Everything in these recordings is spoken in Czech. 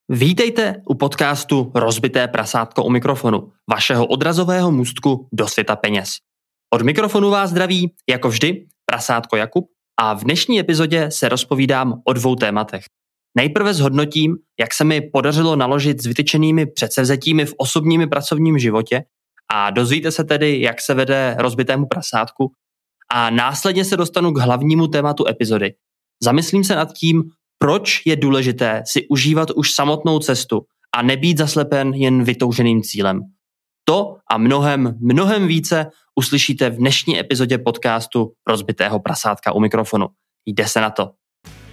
Vítejte u podcastu Rozbité prasátko u mikrofonu, vašeho odrazového můstku do světa peněz. Od mikrofonu vás zdraví, jako vždy, prasátko Jakub a v dnešní epizodě se rozpovídám o dvou tématech. Nejprve zhodnotím, jak se mi podařilo naložit s vytyčenými předsevzetími v osobním i pracovním životě a dozvíte se tedy, jak se vede rozbitému prasátku a následně se dostanu k hlavnímu tématu epizody. Zamyslím se nad tím, proč je důležité si užívat už samotnou cestu a nebýt zaslepen jen vytouženým cílem. To a mnohem více uslyšíte v dnešní epizodě podcastu Rozbitého prasátka u mikrofonu. Jde se na to.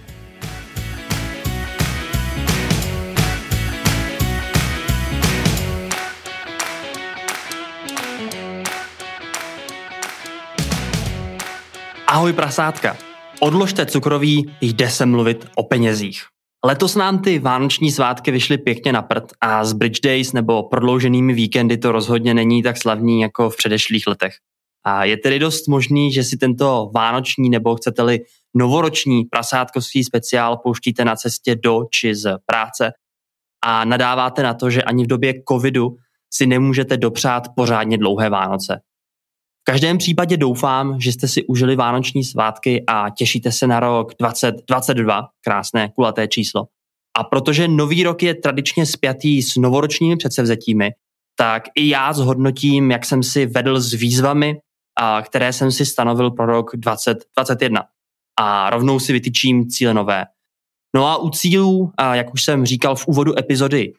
Ahoj prasátka. Odložte cukroví, jde se mluvit o penězích. Letos nám ty vánoční svátky vyšly pěkně na prd a z Bridge Days nebo prodlouženými víkendy to rozhodně není tak slavný jako v předešlých letech. A je tedy dost možný, že si tento vánoční nebo chcete-li novoroční prasátkovský speciál pouštíte na cestě do či z práce a nadáváte na to, že ani v době covidu si nemůžete dopřát pořádně dlouhé Vánoce. V každém případě doufám, že jste si užili vánoční svátky a těšíte se na rok 2022, krásné kulaté číslo. A protože nový rok je tradičně spjatý s novoročními předsevzetími, tak i já zhodnotím, jak jsem si vedl s výzvami, které jsem si stanovil pro rok 2021. A rovnou si vytyčím cíle nové. No a u cílů, jak už jsem říkal v úvodu epizody,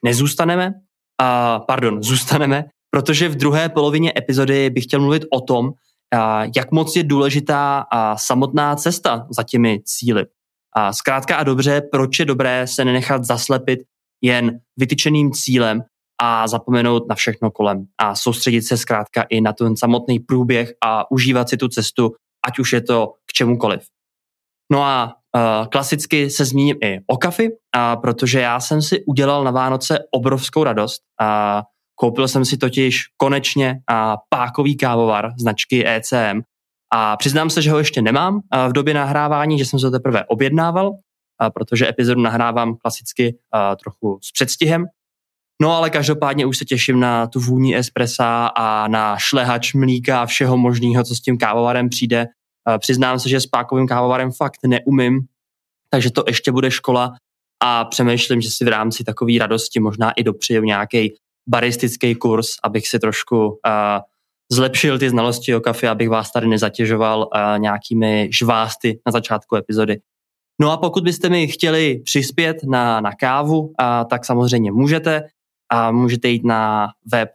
zůstaneme, protože v druhé polovině epizody bych chtěl mluvit o tom, jak moc je důležitá samotná cesta za těmi cíli. Zkrátka a dobře, proč je dobré se nenechat zaslepit jen vytyčeným cílem a zapomenout na všechno kolem a soustředit se zkrátka i na ten samotný průběh a užívat si tu cestu, ať už je to k čemukoliv. No a klasicky se zmíním i o kafi, protože já jsem si udělal na Vánoce obrovskou radost. Koupil jsem si totiž konečně pákový kávovar značky ECM a přiznám se, že ho ještě nemám v době nahrávání, že jsem se to teprve objednával, protože epizodu nahrávám klasicky trochu s předstihem. No ale každopádně už se těším na tu vůni espressa a na šlehač mlíka a všeho možného, co s tím kávovarem přijde. Přiznám se, že s pákovým kávovarem fakt neumím, takže to ještě bude škola a přemýšlím, že si v rámci takové radosti možná i dopřeju nějaký baristický kurz, abych si trošku zlepšil ty znalosti o kafe, abych vás tady nezatěžoval nějakými žvásty na začátku epizody. No a pokud byste mi chtěli přispět na kávu, tak samozřejmě můžete. Můžete jít na web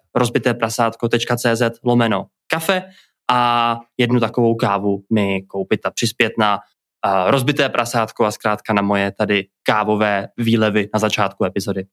rozbiteprasátko.cz/kafe a jednu takovou kávu mi koupit a přispět na rozbité prasátko a zkrátka na moje tady kávové výlevy na začátku epizody.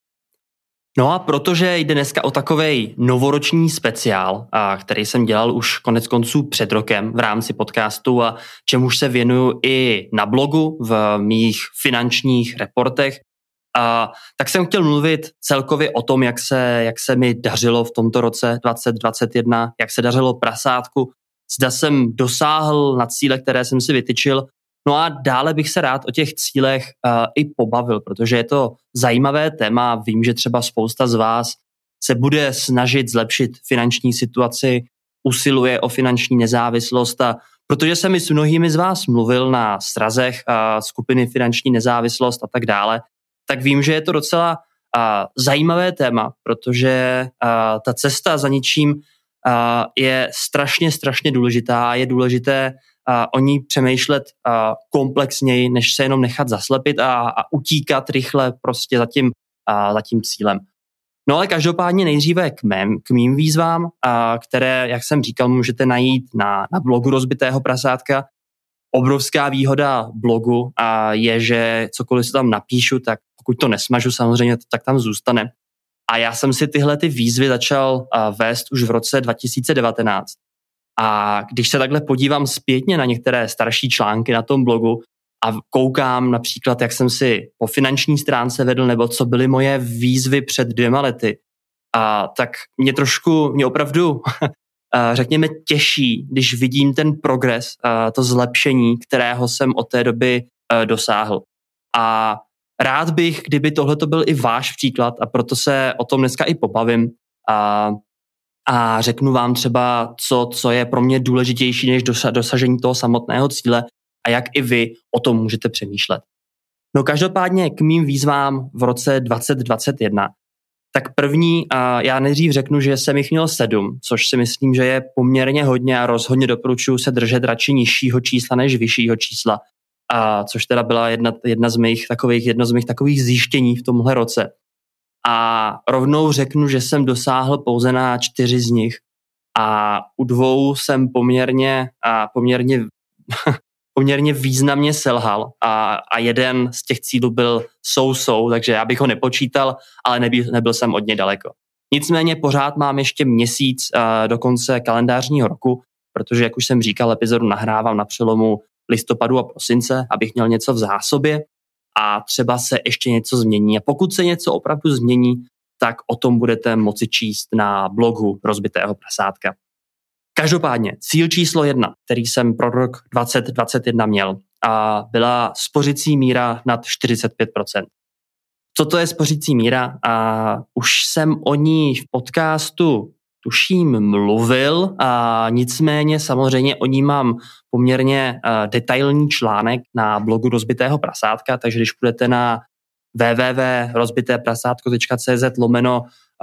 No a protože jde dneska o takovej novoroční speciál, který jsem dělal už konec konců před rokem v rámci podcastu a čemuž se věnuju i na blogu v mých finančních reportech, tak jsem chtěl mluvit celkově o tom, jak se mi dařilo v tomto roce 2021, jak se dařilo prasátku, zda jsem dosáhl na cíle, které jsem si vytyčil. No a dále bych se rád o těch cílech i pobavil, protože je to zajímavé téma. Vím, že třeba spousta z vás se bude snažit zlepšit finanční situaci, usiluje o finanční nezávislost a protože jsem i s mnohými z vás mluvil na srazech skupiny Finanční nezávislost a tak dále, tak vím, že je to docela zajímavé téma, protože ta cesta za ničím je strašně důležitá a je důležité o ní přemýšlet komplexněji, než se jenom nechat zaslepit a utíkat rychle prostě za tím cílem. No ale každopádně nejdříve k mým výzvám, které, jak jsem říkal, můžete najít na blogu Rozbitého prasátka. Obrovská výhoda blogu je, že cokoliv si tam napíšu, tak pokud to nesmažu samozřejmě, tak tam zůstane. A já jsem si tyhle ty výzvy začal vést už v roce 2019. A když se takhle podívám zpětně na některé starší články na tom blogu a koukám například, jak jsem si po finanční stránce vedl, nebo co byly moje výzvy před 2 lety, tak mě opravdu, řekněme, těší, když vidím ten progres, to zlepšení, kterého jsem od té doby dosáhl. A rád bych, kdyby tohle to byl i váš příklad a proto se o tom dneska i pobavím a řeknu vám třeba, co je pro mě důležitější než dosažení toho samotného cíle a jak i vy o tom můžete přemýšlet. No každopádně k mým výzvám v roce 2021. Tak první, já nejdřív řeknu, že jsem jich měl 7, což si myslím, že je poměrně hodně a rozhodně doporučuji se držet radši nižšího čísla než vyššího čísla, což teda byla jedno z mých takových zjištění v tomhle roce. A rovnou řeknu, že jsem dosáhl pouze na 4 z nich a u 2 jsem poměrně významně selhal a jeden z těch cílů byl so, takže já bych ho nepočítal, ale nebyl jsem od něj daleko. Nicméně pořád mám ještě měsíc do konce kalendářního roku, protože, jak už jsem říkal, epizodu nahrávám na přelomu listopadu a prosince, abych měl něco v zásobě a třeba se ještě něco změní. A pokud se něco opravdu změní, tak o tom budete moci číst na blogu Rozbitého prasátka. Každopádně cíl číslo 1, který jsem pro rok 2021 měl, byla spořicí míra nad 45%. Co to je spořicí míra? Už jsem o ní v podcastu tuším mluvil, nicméně samozřejmě o ní mám poměrně detailní článek na blogu Rozbitého prasátka, takže když půjdete na www.rozbiteprasátko.cz/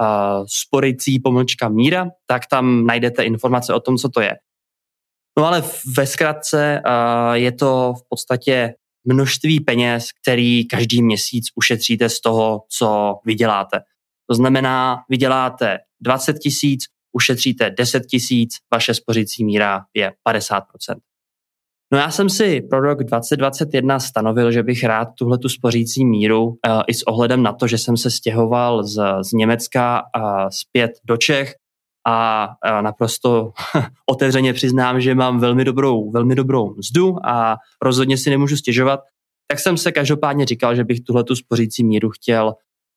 sporicí-míra, tak tam najdete informace o tom, co to je. No ale ve zkratce je to v podstatě množství peněz, který každý měsíc ušetříte z toho, co vyděláte. To znamená, vyděláte 20 000, ušetříte 10 000, vaše spořící míra je 50%. No já jsem si pro rok 2021 stanovil, že bych rád tuhletu spořící míru i s ohledem na to, že jsem se stěhoval z Německa zpět do Čech a naprosto otevřeně přiznám, že mám velmi dobrou mzdu a rozhodně si nemůžu stěžovat, tak jsem se každopádně říkal, že bych tuhletu spořící míru chtěl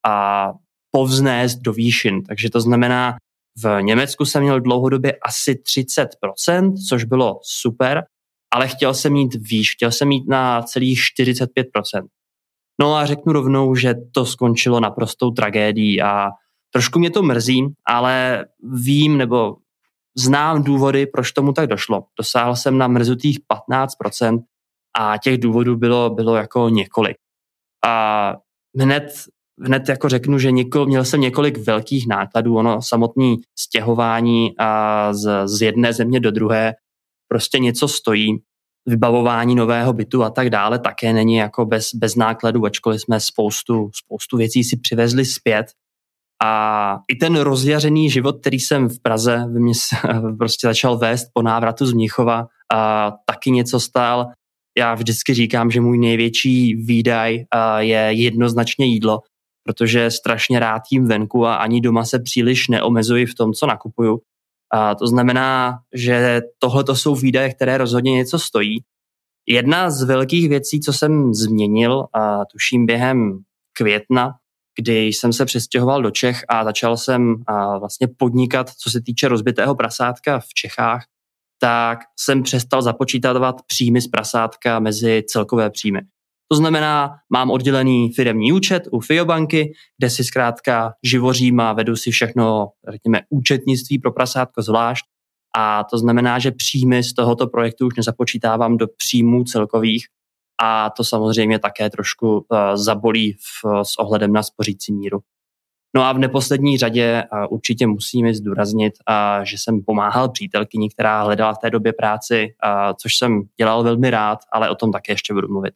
povznést do výšin. Takže to znamená, v Německu jsem měl dlouhodobě asi 30%, což bylo super, ale chtěl jsem mít výš, chtěl jsem mít na celých 45%. No a řeknu rovnou, že to skončilo naprostou tragédií a trošku mě to mrzí, ale vím nebo znám důvody, proč tomu tak došlo. Dosáhl jsem na mrzutých 15% a těch důvodů bylo jako několik. A hned jako řeknu, že měl jsem několik velkých nákladů, ono samotné stěhování z jedné země do druhé prostě něco stojí, vybavování nového bytu a tak dále také není jako bez nákladů, ačkoliv jsme spoustu věcí si přivezli zpět. A i ten rozjařený život, který jsem v Praze mě prostě začal vést po návratu z Mnichova, taky něco stál. Já vždycky říkám, že můj největší výdaj je jednoznačně jídlo, protože strašně rád jím venku a ani doma se příliš neomezuji v tom, co nakupuju. To znamená, že tohle jsou výdaje, které rozhodně něco stojí. Jedna z velkých věcí, co jsem změnil, tuším během května, kdy jsem se přestěhoval do Čech a začal jsem vlastně podnikat, co se týče rozbitého prasátka v Čechách, tak jsem přestal započítávat příjmy z prasátka mezi celkové příjmy. To znamená, mám oddělený firemní účet u FIObanky, kde si zkrátka živořím a vedu si všechno, řekněme, účetnictví pro prasátko zvlášť. A to znamená, že příjmy z tohoto projektu už nezapočítávám do příjmů celkových a to samozřejmě také trošku zabolí s ohledem na spořící míru. No a v neposlední řadě určitě musím zdůraznit, že jsem pomáhal přítelkyni, která hledala v té době práci, což jsem dělal velmi rád, ale o tom také ještě budu mluvit.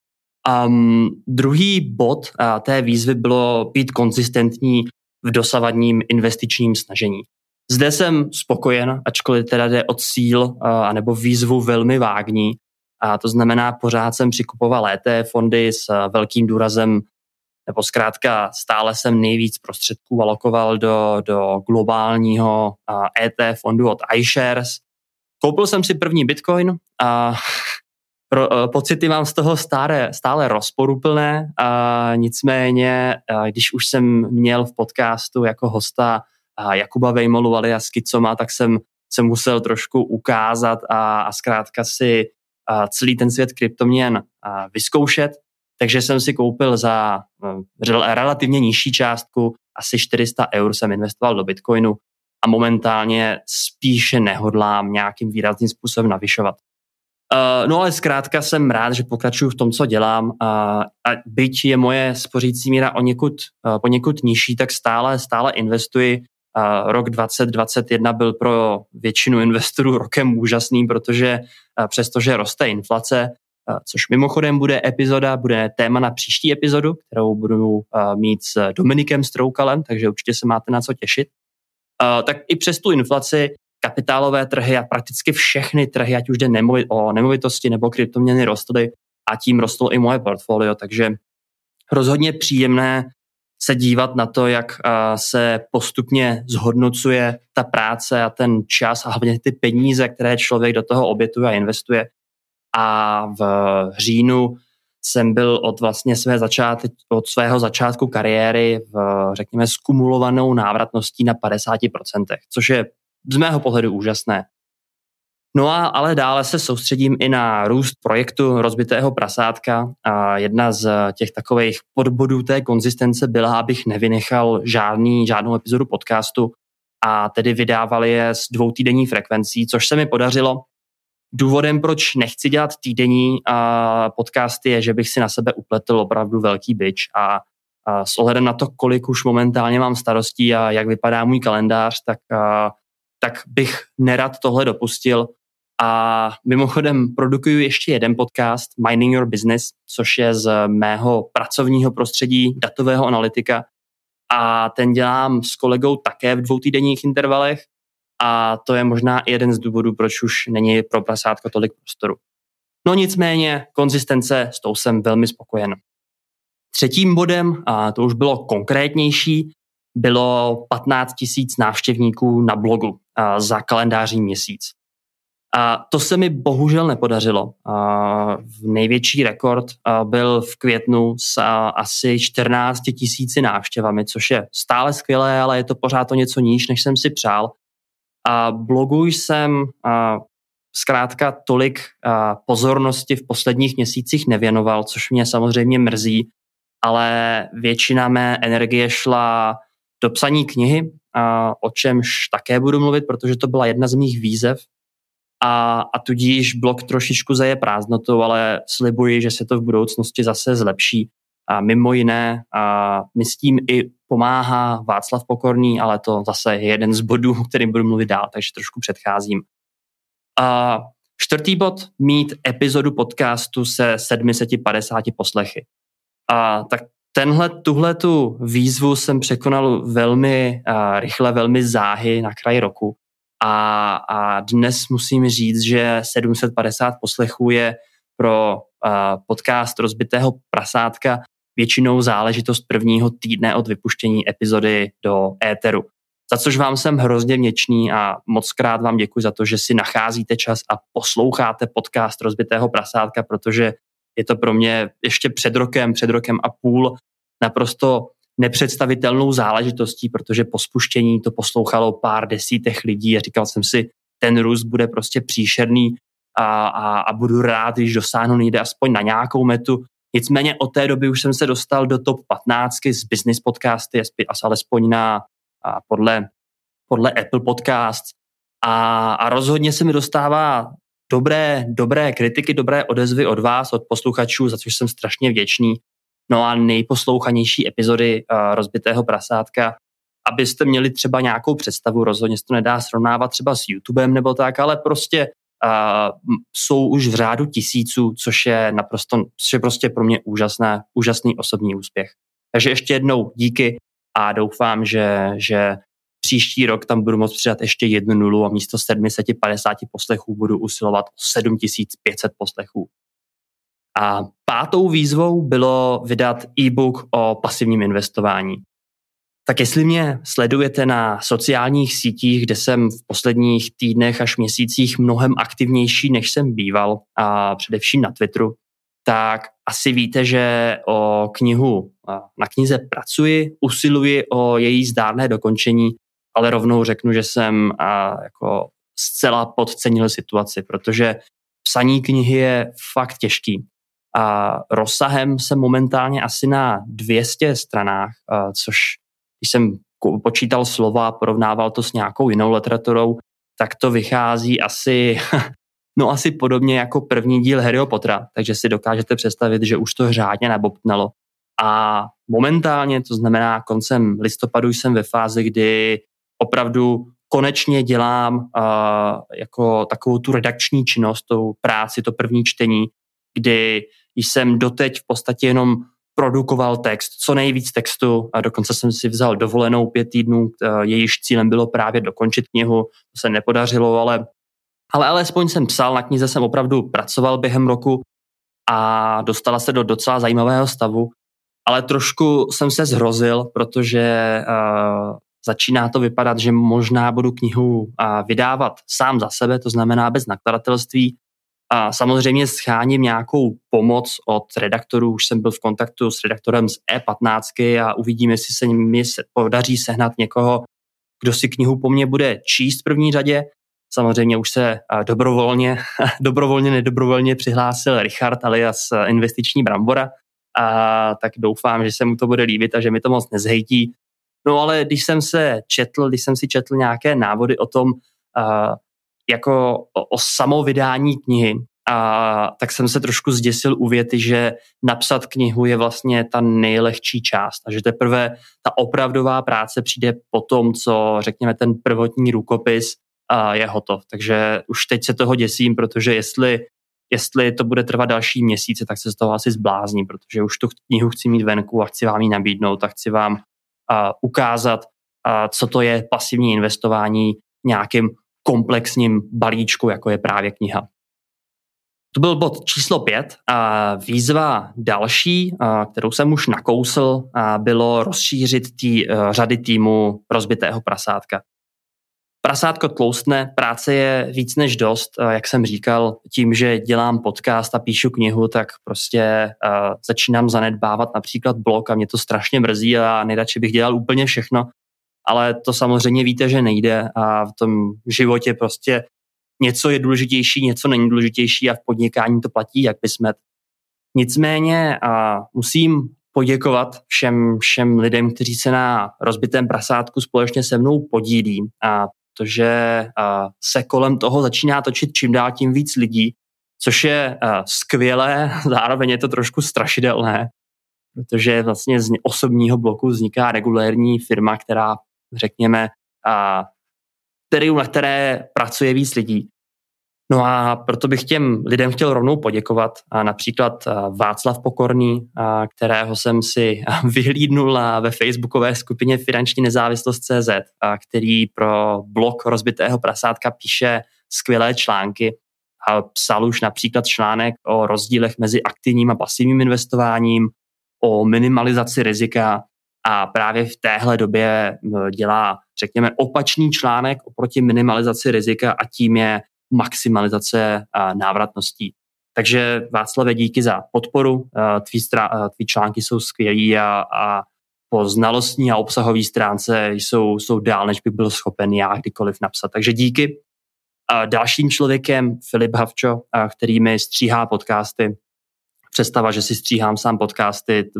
Druhý bod té výzvy bylo být konzistentní v dosavadním investičním snažení. Zde jsem spokojen, ačkoliv teda jde o cíl anebo výzvu velmi vágní. A to znamená, pořád jsem přikupoval ETF fondy s velkým důrazem, nebo zkrátka stále jsem nejvíc prostředků alokoval do globálního ETF fondu od iShares. Koupil jsem si první Bitcoin a pocity mám z toho stále rozporuplné, nicméně, když už jsem měl v podcastu jako hosta Jakuba Vejmolu alias Skicoma, tak jsem se musel trošku ukázat a zkrátka si celý ten svět kryptoměn vyzkoušet. takže jsem si koupil za relativně nižší částku, asi 400 eur jsem investoval do Bitcoinu a momentálně spíše nehodlám nějakým výrazným způsobem navyšovat. No ale zkrátka jsem rád, že pokračuju v tom, co dělám a byť je moje spořící míra poněkud nižší, tak stále investuji. Rok 2021 byl pro většinu investorů rokem úžasným, protože přestože roste inflace, což mimochodem bude téma na příští epizodu, kterou budu mít s Dominikem Stroukalem, takže určitě se máte na co těšit. Tak i přes tu inflaci kapitálové trhy a prakticky všechny trhy, ať už jde o nemovitosti nebo kryptoměny, rostly a tím rostlo i moje portfolio, takže rozhodně příjemné se dívat na to, jak se postupně zhodnocuje ta práce a ten čas a hlavně ty peníze, které člověk do toho obětuje a investuje. A v říjnu jsem byl od svého začátku kariéry řekněme, skumulovanou návratností na 50%, což je z mého pohledu úžasné. No ale dále se soustředím i na růst projektu Rozbitého prasátka a jedna z těch takových podbodů té konzistence byla, abych nevynechal žádnou epizodu podcastu a tedy vydával je s 2týdenní frekvencí, což se mi podařilo. Důvodem, proč nechci dělat týdenní podcasty, je, že bych si na sebe upletl opravdu velký bič a s ohledem na to, kolik už momentálně mám starostí a jak vypadá můj kalendář, tak bych nerad tohle dopustil. A mimochodem produkuju ještě jeden podcast, Mining Your Business, což je z mého pracovního prostředí datového analytika. A ten dělám s kolegou také v 2týdenních intervalech. A to je možná i jeden z důvodů, proč už není pro prasátko tolik prostoru. No nicméně, konzistence, s tou jsem velmi spokojen. Třetím bodem, a to už bylo konkrétnější, bylo 15 000 návštěvníků na blogu za kalendářní měsíc. A to se mi bohužel nepodařilo. Největší rekord byl v květnu s asi 14 000 návštěvami, což je stále skvělé, ale je to pořád o něco níž, než jsem si přál. A blogu jsem zkrátka tolik pozornosti v posledních měsících nevěnoval, což mě samozřejmě mrzí, ale většina mé energie šla do psaní knihy, o čemž také budu mluvit, protože to byla jedna z mých výzev a tudíž blog trošičku zaje prázdnotou, ale slibuji, že se to v budoucnosti zase zlepší. A mimo jiné mi s tím i pomáhá Václav Pokorný, ale to zase je jeden z bodů, o kterým budu mluvit dál, takže trošku předcházím. Čtvrtý bod, mít epizodu podcastu se 750 poslechy. Tak tuhletu výzvu jsem překonal velmi rychle, velmi záhy na kraji roku. A dnes musím říct, že 750 poslechů je pro podcast Rozbitého prasátka většinou záležitost prvního týdne od vypuštění epizody do éteru. Za což vám jsem hrozně vděčný a mockrát vám děkuji za to, že si nacházíte čas a posloucháte podcast Rozbitého prasátka, protože je to pro mě ještě před rokem a půl naprosto nepředstavitelnou záležitostí, protože po spuštění to poslouchalo pár desítek lidí a říkal jsem si, ten růst bude prostě příšerný a budu rád, když dosáhnu někde aspoň na nějakou metu. Nicméně od té doby už jsem se dostal do top 15 z business podcasty, alespoň podle Apple Podcasts a rozhodně se mi dostává dobré kritiky, dobré odezvy od vás, od posluchačů, za což jsem strašně vděčný. No a nejposlouchanější epizody Rozbitého prasátka, abyste měli třeba nějakou představu, rozhodně se to nedá srovnávat třeba s YouTubem nebo tak, ale prostě jsou už v řádu tisíců, což je prostě pro mě úžasný osobní úspěch. Takže ještě jednou díky a doufám, že příští rok tam budu moct přidat ještě 1 nulu a místo 750 poslechů budu usilovat o 7500 poslechů. A 5. výzvou bylo vydat e-book o pasivním investování. Tak jestli mě sledujete na sociálních sítích, kde jsem v posledních týdnech až měsících mnohem aktivnější, než jsem býval, a především na Twitteru, tak asi víte, že na knize pracuji, usiluji o její zdárné dokončení, ale rovnou řeknu, že jsem jako zcela podcenil situaci, protože psaní knihy je fakt těžký. Rozsahem jsem momentálně asi na 200 stranách, což když jsem počítal slova a porovnával to s nějakou jinou literaturou, tak to vychází asi podobně jako první díl Harryho Pottera, takže si dokážete představit, že už to řádně nabobtnalo. A momentálně, to znamená koncem listopadu, jsem ve fázi, kdy opravdu konečně dělám jako takovou tu redakční činnost, tou práci, to první čtení, kdy jsem doteď v podstatě jenom produkoval text, co nejvíc textu, a dokonce jsem si vzal dovolenou 5 týdnů, jejíž cílem bylo právě dokončit knihu, to se nepodařilo, ale alespoň jsem psal, na knize jsem opravdu pracoval během roku a dostala se do docela zajímavého stavu, ale trošku jsem se zhrozil, protože začíná to vypadat, že možná budu knihu vydávat sám za sebe, to znamená bez nakladatelství. A samozřejmě scháním nějakou pomoc od redaktorů, už jsem byl v kontaktu s redaktorem z E15 a uvidíme, jestli se mi podaří sehnat někoho, kdo si knihu po mně bude číst v první řadě. Samozřejmě už se nedobrovolně přihlásil Richard alias Investiční brambora, tak doufám, že se mu to bude líbit a že mi to moc nezhejtí. No ale když jsem si četl nějaké návody o tom, jako o samovydání knihy, tak jsem se trošku zděsil u věty, že napsat knihu je vlastně ta nejlehčí část a že teprve ta opravdová práce přijde po tom, co řekněme ten prvotní rukopis je hotov. Takže už teď se toho děsím, protože jestli to bude trvat další měsíce, tak se z toho asi zblázním, protože už tu knihu chci mít venku a chci vám ji nabídnout a chci vám ukázat, co to je pasivní investování nějakým komplexním balíčku, jako je právě kniha. To byl bod číslo 5. Výzva další, kterou jsem už nakousl, bylo rozšířit řady týmu Rozbitého prasátka. Prasátko tloustne, práce je víc než dost, jak jsem říkal, tím, že dělám podcast a píšu knihu, tak prostě začínám zanedbávat například blog a mě to strašně mrzí a nejradši bych dělal úplně všechno, ale to samozřejmě víte, že nejde a v tom životě prostě něco je důležitější, něco není důležitější a v podnikání to platí jak bysmet. Nicméně musím poděkovat všem lidem, kteří se na Rozbitém prasátku společně se mnou podílí, protože se kolem toho začíná točit čím dál tím víc lidí, což je skvělé, zároveň je to trošku strašidelné, protože vlastně z osobního bloku vzniká regulérní firma, která, řekněme, na které pracuje víc lidí. No a proto bych těm lidem chtěl rovnou poděkovat. Například Václav Pokorný, kterého jsem si vyhlídnul ve facebookové skupině Finanční nezávislost.cz, který pro blog Rozbitého prasátka píše skvělé články. Psal už například článek o rozdílech mezi aktivním a pasivním investováním, o minimalizaci rizika a právě v téhle době dělá, řekněme, opačný článek oproti minimalizaci rizika a tím je maximalizace návratností. Takže Václave, díky za podporu. Tvý články jsou skvělý a po znalostní a obsahové stránce jsou dál, než bych byl schopen já kdykoliv napsat. Takže díky. Dalším člověkem Filip Havčo, který mi stříhá podcasty. Představa, že si stříhám sám podcasty,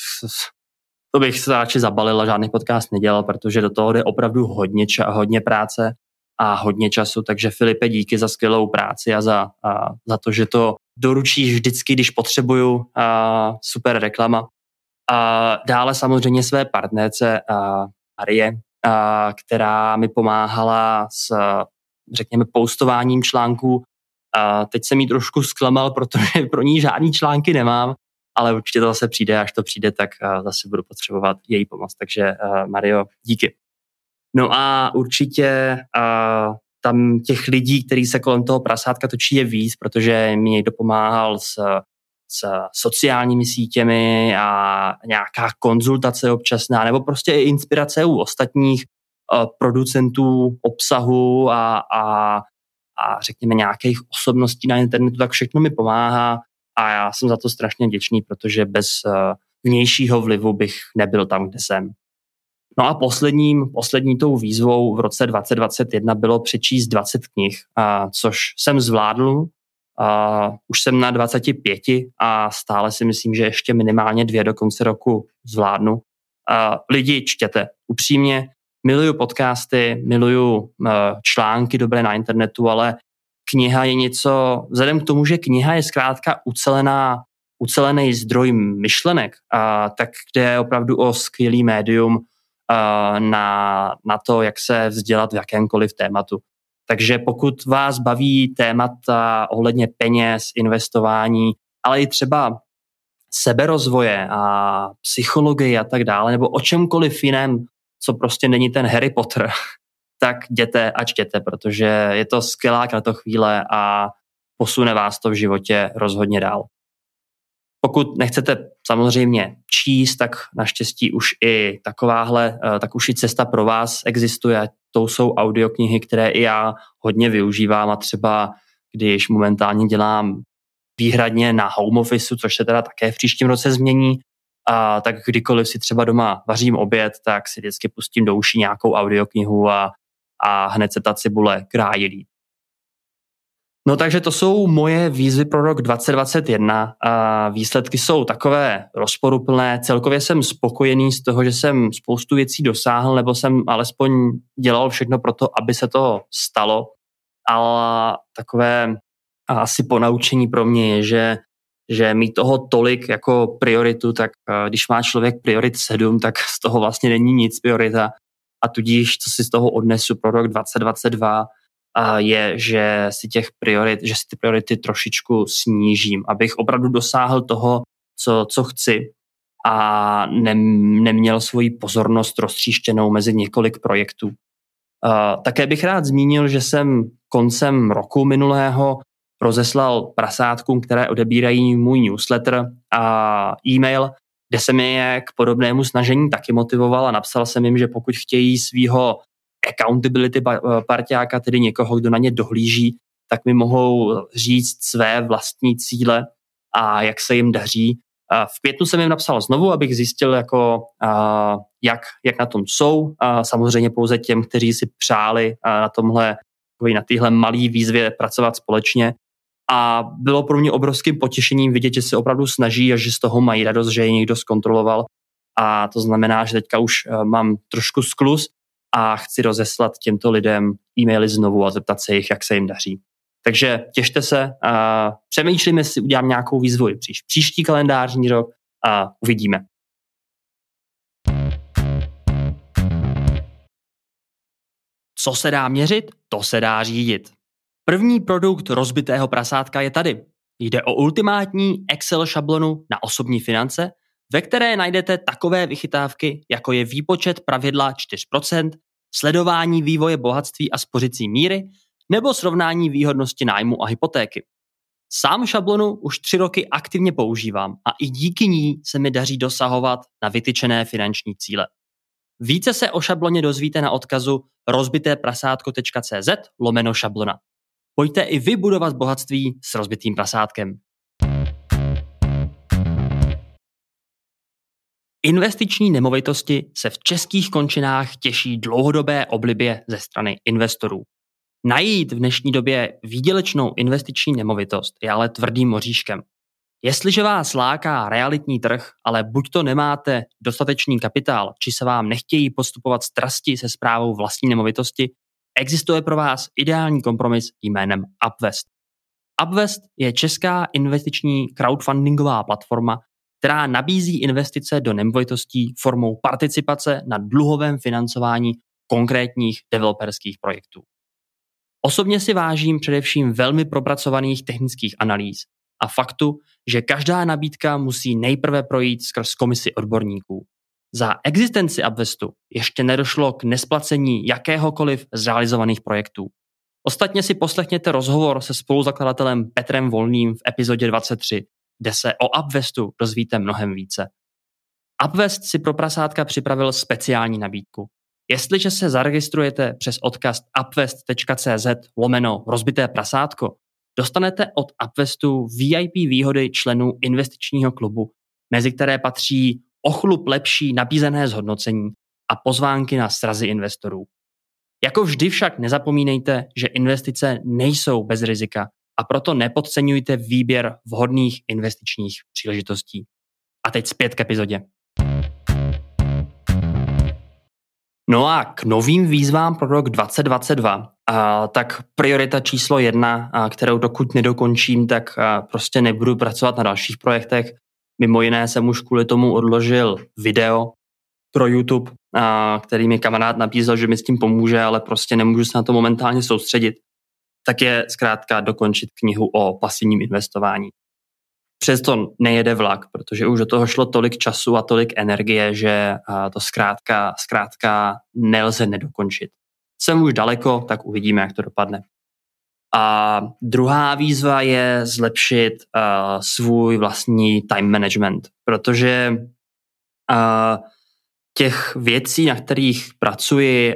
to bych se radši zabalil a žádný podcast nedělal, protože do toho jde opravdu hodně práce a hodně času, takže Filipe, díky za skvělou práci a za to, že to doručíš vždycky, když potřebuju. Super reklama. Dále samozřejmě své partnerce Marie, která mi pomáhala s, řekněme, postováním článků. Teď jsem jí trošku zklamal, protože pro ní žádný články nemám, ale určitě to zase přijde, až to přijde, tak zase budu potřebovat její pomoc. Takže Mario, díky. No a určitě tam těch lidí, kteří se kolem toho prasátka točí, je víc, protože mi někdo pomáhal s sociálními sítěmi a nějaká konzultace občasná, nebo prostě i inspirace u ostatních producentů obsahu a řekněme nějakých osobností na internetu, tak všechno mi pomáhá a já jsem za to strašně vděčný, protože bez vnějšího vlivu bych nebyl tam, kde jsem. No a poslední tou výzvou v roce 2021 bylo přečíst 20 knih, což jsem zvládl Už jsem na 25 a stále si myslím, že ještě minimálně 2 do konce roku zvládnu. Lidi, čtěte. Upřímně, miluju podcasty, miluju články dobré na internetu, ale kniha je něco, vzhledem k tomu, že kniha je zkrátka ucelený zdroj myšlenek, tak jde je opravdu o skvělý médium na to, jak se vzdělat v jakémkoliv tématu. Takže pokud vás baví témata ohledně peněz, investování, ale i třeba seberozvoje a psychologie a tak dále, nebo o čemkoliv jiném, co prostě není ten Harry Potter, tak jděte a čtěte, protože je to skvělá kratochvíle a posune vás to v životě rozhodně dál. Pokud nechcete samozřejmě číst, tak naštěstí už i tak už i cesta pro vás existuje. To jsou audioknihy, které i já hodně využívám a třeba když momentálně dělám výhradně na home office, což se teda také v příštím roce změní, tak kdykoliv si třeba doma vařím oběd, tak si vždycky pustím do uší nějakou audioknihu a hned se ta cibule krájí líp. No takže to jsou moje výzvy pro rok 2021 a výsledky jsou takové rozporuplné. Celkově jsem spokojený z toho, že jsem spoustu věcí dosáhl, nebo jsem alespoň dělal všechno pro to, aby se to stalo. Ale takové asi ponaučení pro mě je, že mít toho tolik jako prioritu, tak když má člověk priorit 7, tak z toho vlastně není nic priorita. A tudíž, co si z toho odnesu pro rok 2022, je, že si ty priority trošičku snížím, abych opravdu dosáhl toho, co chci a neměl svoji pozornost roztříštěnou mezi několik projektů. Také bych rád zmínil, že jsem koncem roku minulého rozeslal prasátkům, které odebírají můj newsletter a e-mail, kde jsem je k podobnému snažení taky motivoval a napsal jsem jim, že pokud chtějí svýho accountability parťáka, tedy někoho, kdo na ně dohlíží, tak mi mohou říct své vlastní cíle a jak se jim daří. V květnu jsem jim napsal znovu, abych zjistil, jak na tom jsou. Samozřejmě pouze těm, kteří si přáli na téhle malé výzvě pracovat společně. A bylo pro mě obrovským potěšením vidět, že se opravdu snaží a že z toho mají radost, že je někdo zkontroloval. A to znamená, že teďka už mám trošku skluz a chci rozeslat těmto lidem e-maily znovu a zeptat se jich, jak se jim daří. Takže těšte se, přemýšlíme, jestli udělám nějakou výzvu příští kalendářní rok a uvidíme. Co se dá měřit, to se dá řídit. První produkt rozbitého prasátka je tady. Jde o ultimátní Excel šablonu na osobní finance, ve které najdete takové vychytávky, jako je výpočet pravidla 4%, sledování vývoje bohatství a spořicí míry nebo srovnání výhodnosti nájmu a hypotéky. Sám šablonu už 3 roky aktivně používám a i díky ní se mi daří dosahovat na vytyčené finanční cíle. Více se o šabloně dozvíte na odkazu rozbiteprasátko.cz/šablona. Pojďte i vy budovat bohatství s rozbitým prasátkem. Investiční nemovitosti se v českých končinách těší dlouhodobé oblibě ze strany investorů. Najít v dnešní době výdělečnou investiční nemovitost je ale tvrdým oříškem. Jestliže vás láká realitní trh, ale buď to nemáte dostatečný kapitál, či se vám nechtějí postupovat strasti se správou vlastní nemovitosti, existuje pro vás ideální kompromis jménem Upvest. Upvest je česká investiční crowdfundingová platforma, která nabízí investice do nemovitostí formou participace na dluhovém financování konkrétních developerských projektů. Osobně si vážím především velmi propracovaných technických analýz a faktu, že každá nabídka musí nejprve projít skrz komisi odborníků. Za existenci Upvestu ještě nedošlo k nesplacení jakéhokoliv z realizovaných projektů. Ostatně si poslechněte rozhovor se spoluzakladatelem Petrem Volným v epizodě 23, kde se o Upvestu dozvíte mnohem více. Upvest si pro prasátka připravil speciální nabídku. Jestliže se zaregistrujete přes odkaz upvest.cz/rozbité prasátko, dostanete od Upvestu VIP výhody členů investičního klubu, mezi které patří o chlup lepší nabízené zhodnocení a pozvánky na srazy investorů. Jako vždy však nezapomínejte, že investice nejsou bez rizika a proto nepodceňujte výběr vhodných investičních příležitostí. A teď zpět k epizodě. No a k novým výzvám pro rok 2022, tak priorita číslo 1, kterou dokud nedokončím, tak prostě nebudu pracovat na dalších projektech. Mimo jiné jsem už kvůli tomu odložil video pro YouTube, který mi kamarád nabízel, že mi s tím pomůže, ale prostě nemůžu se na to momentálně soustředit. Tak je zkrátka dokončit knihu o pasivním investování. Přesto nejede vlak, protože už do toho šlo tolik času a tolik energie, že to zkrátka nelze nedokončit. Jsem už daleko, tak uvidíme, jak to dopadne. A druhá výzva je zlepšit svůj vlastní time management, protože těch věcí, na kterých pracuji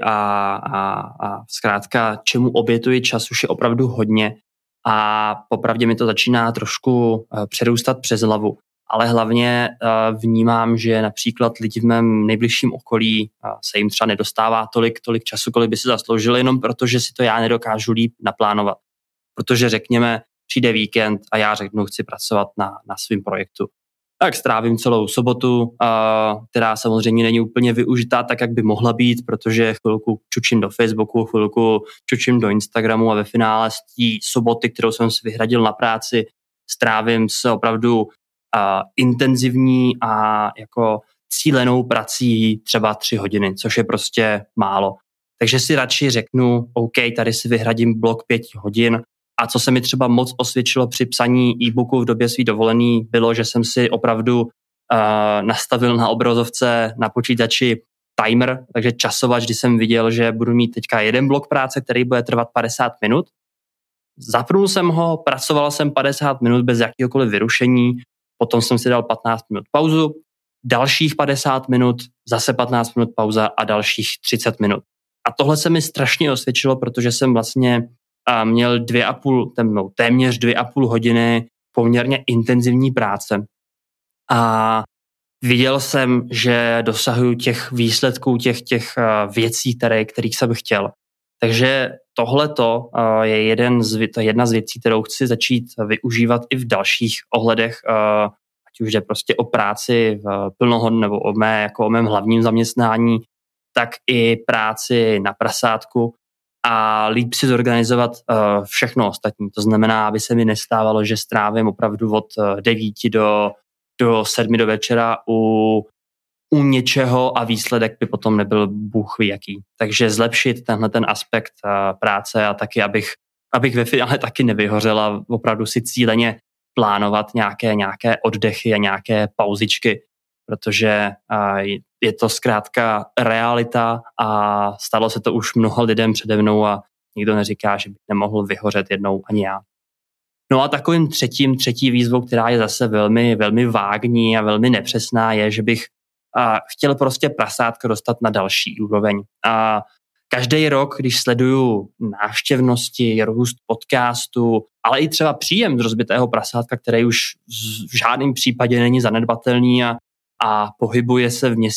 a zkrátka čemu obětuji čas, už je opravdu hodně a popravdě mi to začíná trošku přerůstat přes hlavu. Ale hlavně vnímám, že například lidi v mém nejbližším okolí se jim třeba nedostává tolik času, kolik by si zasloužili, jenom protože si to já nedokážu líp naplánovat. Protože řekněme, přijde víkend a já řeknu, chci pracovat na svém projektu. Tak strávím celou sobotu, která samozřejmě není úplně využitá tak, jak by mohla být, protože chvilku čučím do Facebooku, chvilku čučím do Instagramu a ve finále z té soboty, kterou jsem si vyhradil na práci, strávím se opravdu intenzivní a jako cílenou prací třeba 3 hodiny, což je prostě málo. Takže si radši řeknu, OK, tady si vyhradím blok 5 hodin. A co se mi třeba moc osvědčilo při psaní e-booku v době svý dovolený, bylo, že jsem si opravdu nastavil na obrazovce na počítači timer, takže časovač, kdy jsem viděl, že budu mít teďka jeden blok práce, který bude trvat 50 minut. Zapnul jsem ho, pracoval jsem 50 minut bez jakéhokoliv vyrušení, potom jsem si dal 15 minut pauzu, dalších 50 minut, zase 15 minut pauza a dalších 30 minut. A tohle se mi strašně osvědčilo, protože jsem vlastně měl téměř 2,5 hodiny poměrně intenzivní práce. A viděl jsem, že dosahuju těch výsledků, těch věcí, kterých jsem chtěl. Takže tohleto je jedna z věcí, kterou chci začít využívat i v dalších ohledech, ať už jde prostě o práci v plnohodnotě nebo o mém hlavním zaměstnání, tak i práci na prasátku a líp si zorganizovat všechno ostatní. To znamená, aby se mi nestávalo, že strávím opravdu od 9 do 7 do večera u něčeho a výsledek by potom nebyl bůh ví jaký. Takže zlepšit tenhle ten aspekt práce a taky, abych ve finále taky nevyhořel a opravdu si cíleně plánovat nějaké oddechy a nějaké pauzičky, protože je to zkrátka realita a stalo se to už mnoha lidem přede mnou a nikdo neříká, že bych nemohl vyhořet jednou ani já. No a takovým třetí výzvou, která je zase velmi, velmi vágní a velmi nepřesná, je, že bych chtěl prostě prasátko dostat na další úroveň. A každý rok, když sleduju návštěvnosti, růst podcastu, ale i třeba příjem z rozbitého prasátka, který už v žádném případě není zanedbatelný a pohybuje se v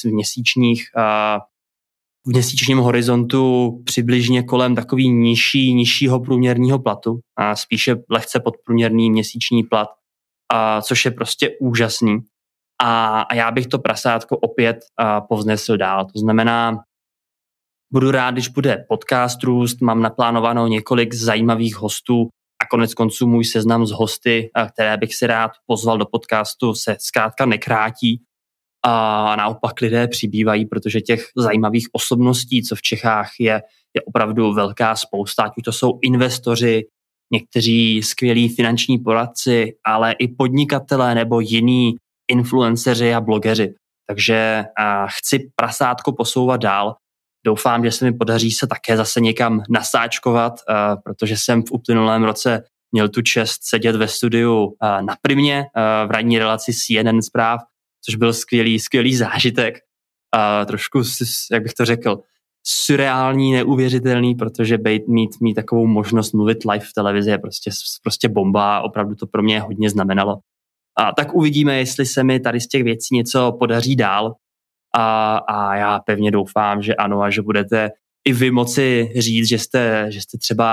měsíčním horizontu přibližně kolem takový nižšího průměrného platu, a spíše lehce podprůměrný měsíční plat, což je prostě úžasný. A já bych to prasátko opět povznesl dál. To znamená, budu rád, když bude podcast růst, mám naplánováno několik zajímavých hostů a konec konců můj seznam z hosty, které bych si rád pozval do podcastu, se zkrátka nekrátí a naopak lidé přibývají, protože těch zajímavých osobností, co v Čechách je opravdu velká spousta, ať už to jsou investoři, někteří skvělí finanční poradci, ale i podnikatelé nebo jiní influenceři a blogeři. Takže chci prasátko posouvat dál. Doufám, že se mi podaří se také zase někam nasáčkovat, protože jsem v uplynulém roce měl tu čest sedět ve studiu na Primě v ranní relaci CNN zpráv, což byl skvělý zážitek. Trošku, jak bych to řekl, surreální, neuvěřitelný, protože mít takovou možnost mluvit live v televizi je prostě bomba a opravdu to pro mě hodně znamenalo. Tak uvidíme, jestli se mi tady z těch věcí něco podaří dál. A já pevně doufám, že ano a že budete i vy moci říct, že jste třeba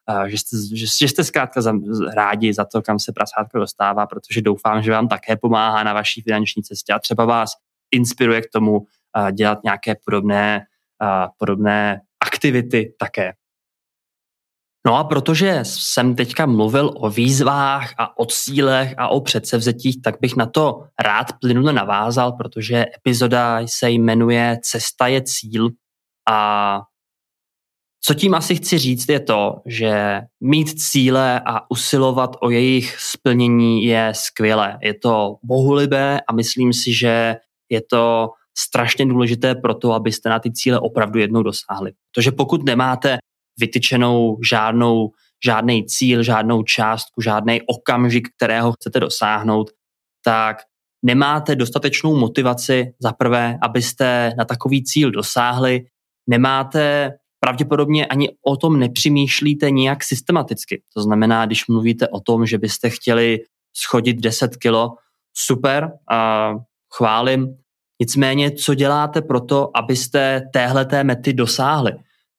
že jste zkrátka rádi za to, kam se prasátko dostává, protože doufám, že vám také pomáhá na vaší finanční cestě a třeba vás inspiruje k tomu dělat nějaké podobné aktivity také. No a protože jsem teďka mluvil o výzvách a o cílech a o předsevzetích, tak bych na to rád plynule navázal, protože epizoda se jmenuje Cesta je cíl a co tím asi chci říct je to, že mít cíle a usilovat o jejich splnění je skvělé. Je to bohulibé a myslím si, že je to strašně důležité pro to, abyste na ty cíle opravdu jednou dosáhli. Protože pokud nemáte vytyčenou žádný cíl, žádnou částku, žádný okamžik, kterého chcete dosáhnout, tak nemáte dostatečnou motivaci za prvé, abyste na takový cíl dosáhli, nemáte pravděpodobně ani o tom nepřemýšlíte nijak systematicky. To znamená, když mluvíte o tom, že byste chtěli schodit 10 kilo, super, chválím. Nicméně, co děláte pro to, abyste téhleté mety dosáhli?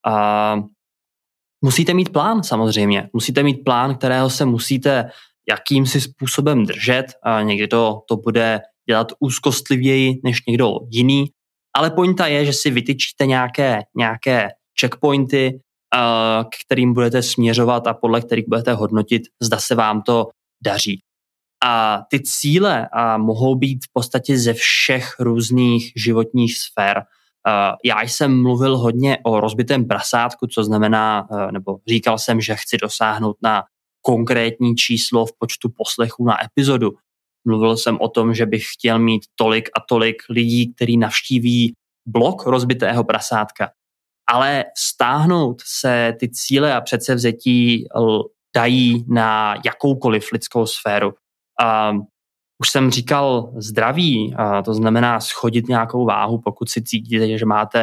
Musíte mít plán samozřejmě. Musíte mít plán, kterého se musíte jakýmsi způsobem držet. Někdy to bude dělat úzkostlivěji než někdo jiný. Ale pointa je, že si vytyčíte nějaké checkpointy, k kterým budete směřovat a podle kterých budete hodnotit, zda se vám to daří. A ty cíle mohou být v podstatě ze všech různých životních sfér. Já jsem mluvil hodně o rozbitém prasátku, co znamená, nebo říkal jsem, že chci dosáhnout na konkrétní číslo v počtu poslechů na epizodu. Mluvil jsem o tom, že bych chtěl mít tolik a tolik lidí, kteří navštíví blog rozbitého prasátka. Ale vztáhnout se ty cíle a předsevzetí dají na jakoukoliv lidskou sféru. Už jsem říkal zdraví, to znamená schodit nějakou váhu, pokud si cítíte, že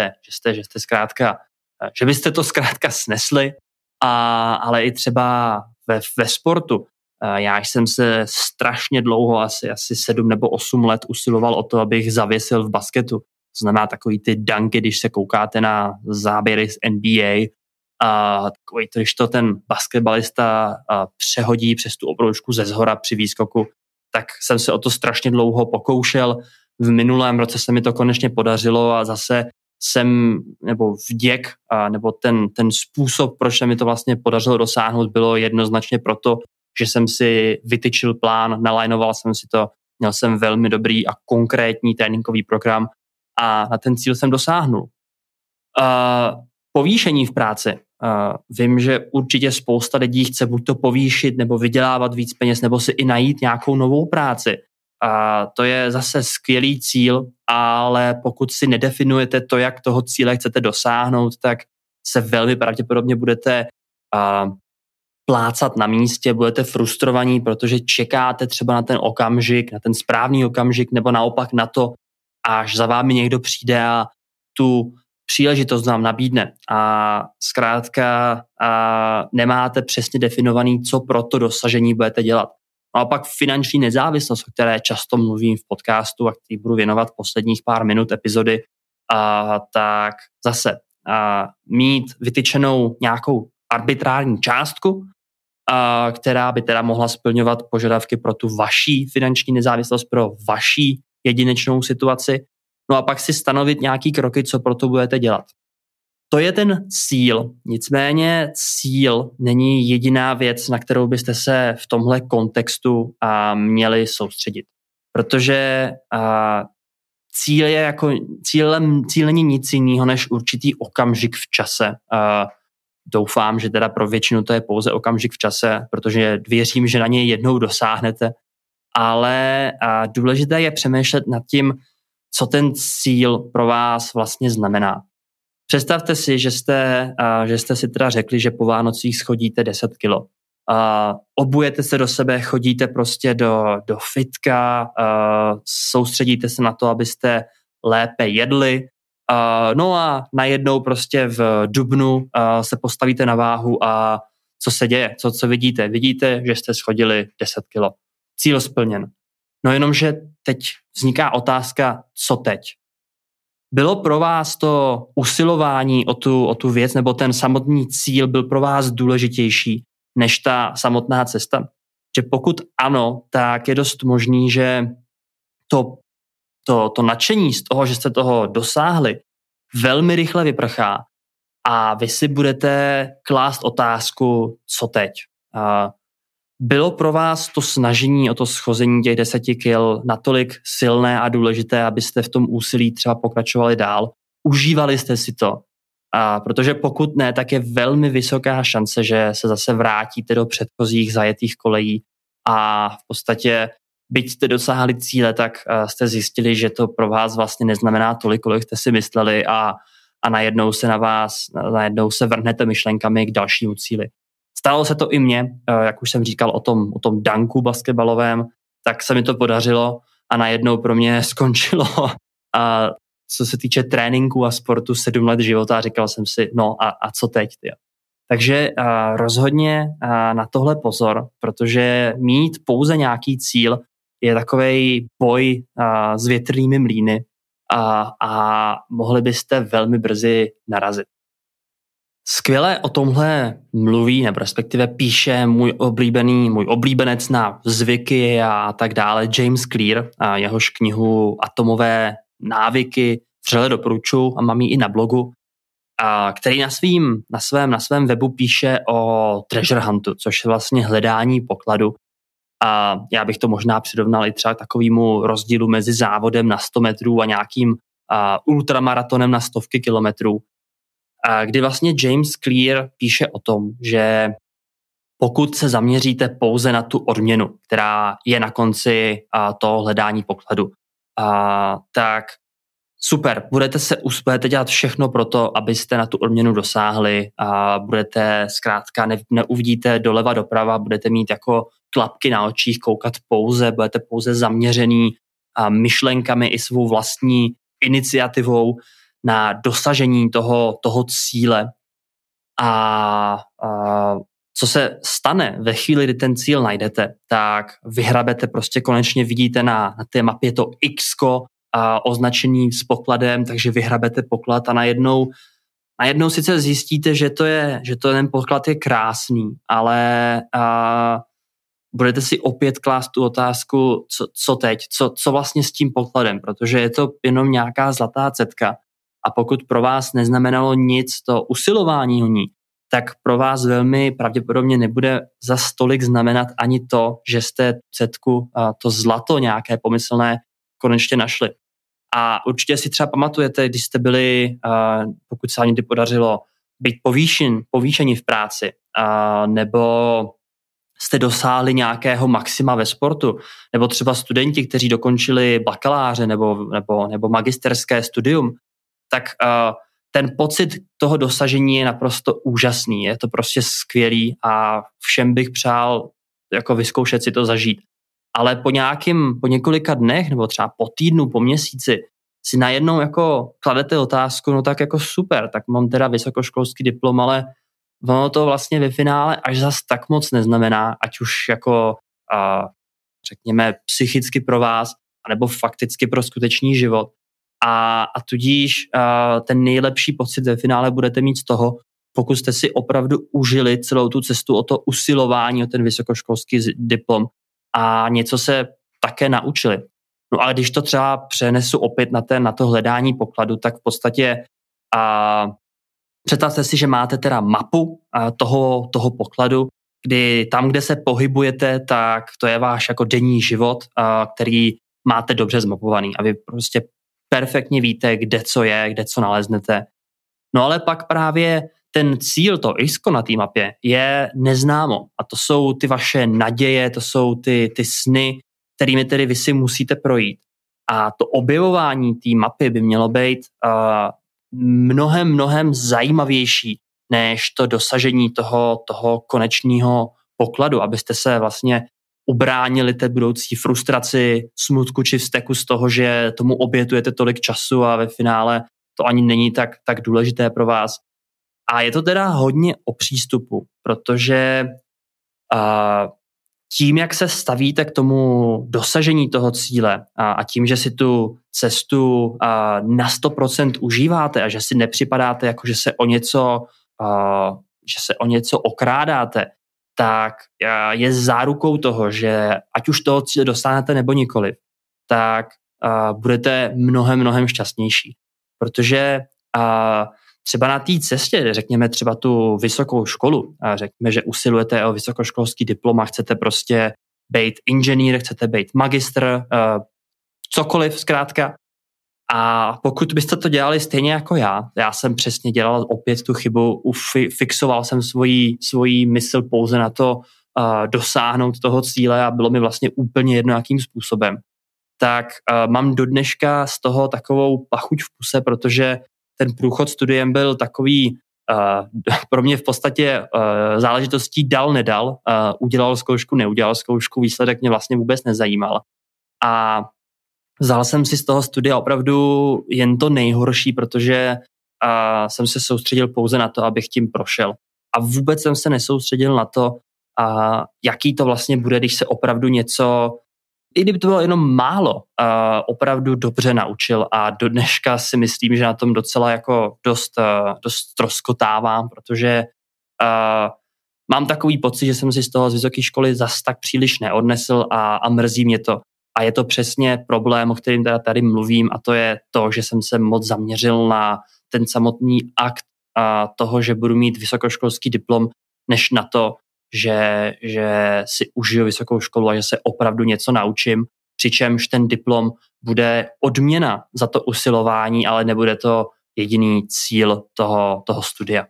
byste to zkrátka snesli, ale i třeba ve sportu. Já jsem se strašně dlouho, asi 7 nebo 8 let usiloval o to, abych zavěsil v basketu. To znamená takový ty dunky, když se koukáte na záběry z NBA, takový to, když to ten basketbalista přehodí přes tu obroučku ze zhora při výskoku, tak jsem se o to strašně dlouho pokoušel. V minulém roce se mi to konečně podařilo a zase vděk, nebo ten způsob, proč se mi to vlastně podařilo dosáhnout, bylo jednoznačně proto, že jsem si vytyčil plán, nalajnoval jsem si to, měl jsem velmi dobrý a konkrétní tréninkový program a na ten cíl jsem dosáhnul. Povýšení v práci. Vím, že určitě spousta lidí chce buď to povýšit, nebo vydělávat víc peněz, nebo si i najít nějakou novou práci. To je zase skvělý cíl, ale pokud si nedefinujete to, jak toho cíle chcete dosáhnout, tak se velmi pravděpodobně budete plácat na místě, budete frustrovaní, protože čekáte třeba na ten okamžik, na ten správný okamžik, nebo naopak na to, až za vámi někdo přijde a tu příležitost vám nabídne a zkrátka nemáte přesně definovaný, co pro to dosažení budete dělat. Naopak finanční nezávislost, o které často mluvím v podcastu a který budu věnovat posledních pár minut epizody, tak zase mít vytyčenou nějakou arbitrární částku, která by teda mohla splňovat požadavky pro tu vaší finanční nezávislost, pro vaší jedinečnou situaci. No a pak si stanovit nějaký kroky, co pro to budete dělat. To je ten cíl. Nicméně cíl není jediná věc, na kterou byste se v tomhle kontextu měli soustředit. Protože cíl není nic jiného než určitý okamžik v čase. Doufám, že teda pro většinu to je pouze okamžik v čase, protože věřím, že na něj jednou dosáhnete. Ale důležité je přemýšlet nad tím, co ten cíl pro vás vlastně znamená. Představte si, že jste si teda řekli, že po Vánocích schodíte 10 kilo. Obujete se do sebe, chodíte prostě do fitka, soustředíte se na to, abyste lépe jedli. No a najednou prostě v dubnu se postavíte na váhu a co se děje? Co vidíte? Vidíte, že jste schodili 10 kilo. Cíl splněn. No jenomže teď vzniká otázka, co teď? Bylo pro vás to usilování o tu věc nebo ten samotný cíl byl pro vás důležitější než ta samotná cesta? Že pokud ano, tak je dost možný, že to nadšení z toho, že jste toho dosáhli, velmi rychle vyprchá a vy si budete klást otázku, co teď. Bylo pro vás to snažení o to schození těch 10 kil natolik silné a důležité, abyste v tom úsilí třeba pokračovali dál? Užívali jste si to? Protože pokud ne, tak je velmi vysoká šance, že se zase vrátíte do předchozích zajetých kolejí a v podstatě, byť jste dosáhli cíle, tak jste zjistili, že to pro vás vlastně neznamená tolik, kolik jste si mysleli a najednou se vrhnete myšlenkami k dalšímu cíli. Stalo se to i mně, jak už jsem říkal o tom dunku basketbalovém, tak se mi to podařilo a najednou pro mě skončilo, co se týče tréninku a sportu, 7 let života a říkal jsem si, no a co teď? Tyjo? Takže rozhodně na tohle pozor, protože mít pouze nějaký cíl je takovej boj s větrnými mlýny a mohli byste velmi brzy narazit. Skvěle o tomhle mluví, nebo respektive píše můj oblíbenec na zvyky a tak dále, James Clear, a jehož knihu Atomové návyky vřele doporučuji a mám ji i na blogu, který na svém webu píše o treasure huntu, což je vlastně hledání pokladu. A já bych to možná přirovnal i třeba k takovému rozdílu mezi závodem na 100 metrů a nějakým ultramaratonem na 100 kilometrů. Kdy vlastně James Clear píše o tom, že pokud se zaměříte pouze na tu odměnu, která je na konci toho hledání pokladu, tak super, budete dělat všechno pro to, abyste na tu odměnu dosáhli a budete zkrátka, neuvidíte doleva doprava, budete mít jako klapky na očích, budete pouze zaměřený myšlenkami i svou vlastní iniciativou na dosažení toho cíle. A co se stane ve chvíli, kdy ten cíl najdete, tak vyhrabete, prostě konečně vidíte na té mapě to X-ko označení s pokladem, takže vyhrabete poklad a najednou sice zjistíte, že ten poklad je krásný, ale budete si opět klást tu otázku, co teď, co vlastně s tím pokladem, protože je to jenom nějaká zlatá cetka. A pokud pro vás neznamenalo nic to usilování o ní, tak pro vás velmi pravděpodobně nebude za stolik znamenat ani to, že jste cetku, to zlato nějaké pomyslné konečně našli. A určitě si třeba pamatujete, když jste byli, pokud se někdy podařilo být povýšeni v práci, nebo jste dosáhli nějakého maxima ve sportu, nebo třeba studenti, kteří dokončili bakaláře nebo magisterské studium, tak ten pocit toho dosažení je naprosto úžasný. Je to prostě skvělý a všem bych přál jako vyzkoušet si to zažít. Ale po několika dnech nebo třeba po týdnu, po měsíci si najednou jako kladete otázku, no tak jako super, tak mám teda vysokoškolský diplom, ale ono to vlastně ve finále až zas tak moc neznamená, ať už jako řekněme psychicky pro vás, anebo fakticky pro skutečný život. A tudíž ten nejlepší pocit ve finále budete mít z toho, pokud jste si opravdu užili celou tu cestu o to usilování, o ten vysokoškolský diplom a něco se také naučili. No ale když to třeba přenesu opět na to hledání pokladu, tak v podstatě představte si, že máte teda mapu toho pokladu, kdy tam, kde se pohybujete, tak to je váš jako denní život, který máte dobře zmapovaný a vy prostě perfektně víte, kde co je, kde co naleznete. No ale pak právě ten cíl, to isko na té mapě je neznámo a to jsou ty vaše naděje, to jsou ty sny, kterými tedy vy si musíte projít. A to objevování té mapy by mělo být mnohem zajímavější než to dosažení toho konečného pokladu, abyste se vlastně ubránili té budoucí frustraci, smutku či vzteku z toho, že tomu obětujete tolik času a ve finále to ani není tak důležité pro vás. A je to teda hodně o přístupu, protože tím, jak se stavíte k tomu dosažení toho cíle a tím, že si tu cestu na 100% užíváte a že si nepřipadáte, jako že se o něco okrádáte, tak je zárukou toho, že ať už toho cíle dosáhnete nebo nikoliv, tak budete mnohem šťastnější. Protože třeba na té cestě, řekněme třeba tu vysokou školu, řekněme, že usilujete o vysokoškolský diplom a chcete prostě být inženýr, chcete být magistr, cokoliv zkrátka. A pokud byste to dělali stejně jako já jsem přesně dělal opět tu chybu, fixoval jsem svoji mysl pouze na to dosáhnout toho cíle a bylo mi vlastně úplně jedno, jakým způsobem. Tak mám do dneška z toho takovou pachuť v puse, protože ten průchod studiem byl takový pro mě v podstatě záležitostí dal, nedal, udělal zkoušku, neudělal zkoušku, výsledek mě vlastně vůbec nezajímal. A vzal jsem si z toho studia opravdu jen to nejhorší, protože jsem se soustředil pouze na to, abych tím prošel. A vůbec jsem se nesoustředil na to, jaký to vlastně bude, když se opravdu něco, i kdyby to bylo jenom málo, opravdu dobře naučil. A do dneška si myslím, že na tom docela jako dost ztroskotávám, protože mám takový pocit, že jsem si z toho z vysoké školy zas tak příliš neodnesl a mrzí mě to. A je to přesně problém, o kterým tady mluvím, a to je to, že jsem se moc zaměřil na ten samotný akt toho, že budu mít vysokoškolský diplom, než na to, že si užiju vysokou školu a že se opravdu něco naučím, přičemž ten diplom bude odměna za to usilování, ale nebude to jediný cíl toho studia.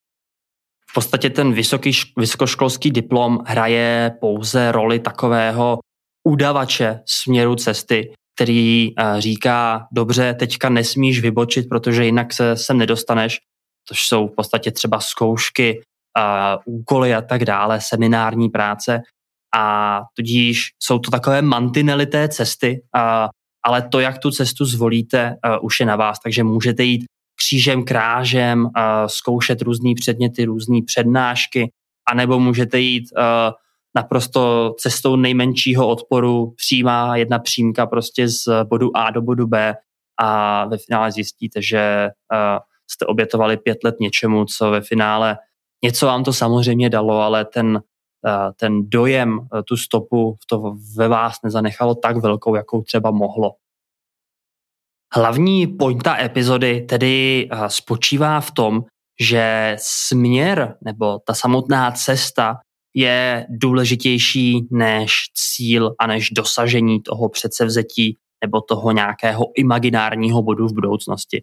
V podstatě ten vysokoškolský diplom hraje pouze roli takového udavače směru cesty, který říká, dobře, teďka nesmíš vybočit, protože jinak se sem nedostaneš. To jsou v podstatě třeba zkoušky, úkoly a tak dále, seminární práce. A tudíž jsou to takové mantinely té cesty, ale to, jak tu cestu zvolíte, už je na vás. Takže můžete jít křížem, krážem, zkoušet různý předměty, různý přednášky, anebo můžete jít naprosto cestou nejmenšího odporu, přímá jedna přímka prostě z bodu A do bodu B a ve finále zjistíte, že jste obětovali 5 let něčemu, co ve finále něco vám to samozřejmě dalo, ale ten dojem, tu stopu, to ve vás nezanechalo tak velkou, jakou třeba mohlo. Hlavní pointa epizody tedy spočívá v tom, že směr nebo ta samotná cesta je důležitější než cíl a než dosažení toho předsevzetí nebo toho nějakého imaginárního bodu v budoucnosti.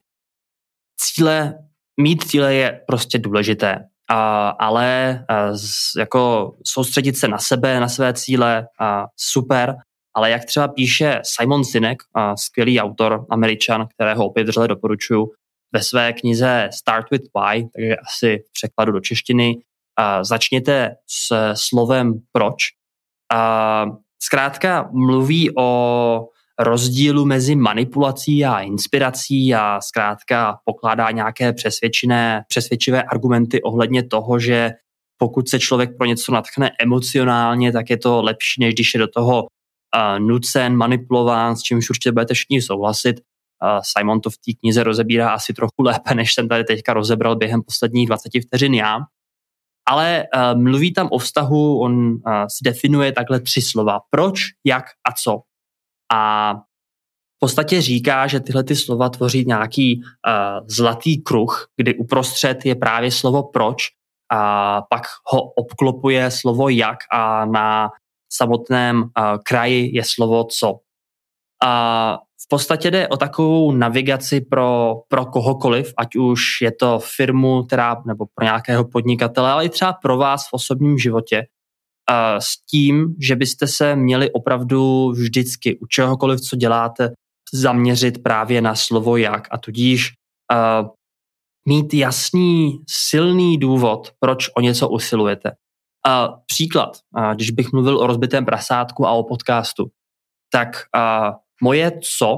Mít cíle je prostě důležité, ale jako soustředit se na sebe, na své cíle, super, ale jak třeba píše Simon Sinek, skvělý autor, Američan, kterého opět vřele doporučuji, ve své knize Start with Why, takže asi v překladu do češtiny, začněte s slovem proč. Zkrátka mluví o rozdílu mezi manipulací a inspirací a zkrátka pokládá nějaké přesvědčivé argumenty ohledně toho, že pokud se člověk pro něco nadchne emocionálně, tak je to lepší, než když je do toho nucen, manipulován, s čímž určitě budete všichni souhlasit. Simon to v té knize rozebírá asi trochu lépe, než jsem tady teďka rozebral během posledních 20 vteřin já. Ale mluví tam o vztahu, on si definuje takhle 3 slova. Proč, jak a co. A v podstatě říká, že tyhle ty slova tvoří nějaký zlatý kruh, kdy uprostřed je právě slovo proč a pak ho obklopuje slovo jak a na samotném kraji je slovo co. A v podstatě jde o takovou navigaci pro kohokoliv, ať už je to firmu, nebo pro nějakého podnikatele, ale i třeba pro vás v osobním životě, s tím, že byste se měli opravdu vždycky u čehokoliv, co děláte, zaměřit právě na slovo jak a tudíž mít jasný, silný důvod, proč o něco usilujete. Příklad, když bych mluvil o rozbitém prasátku a o podcastu, tak moje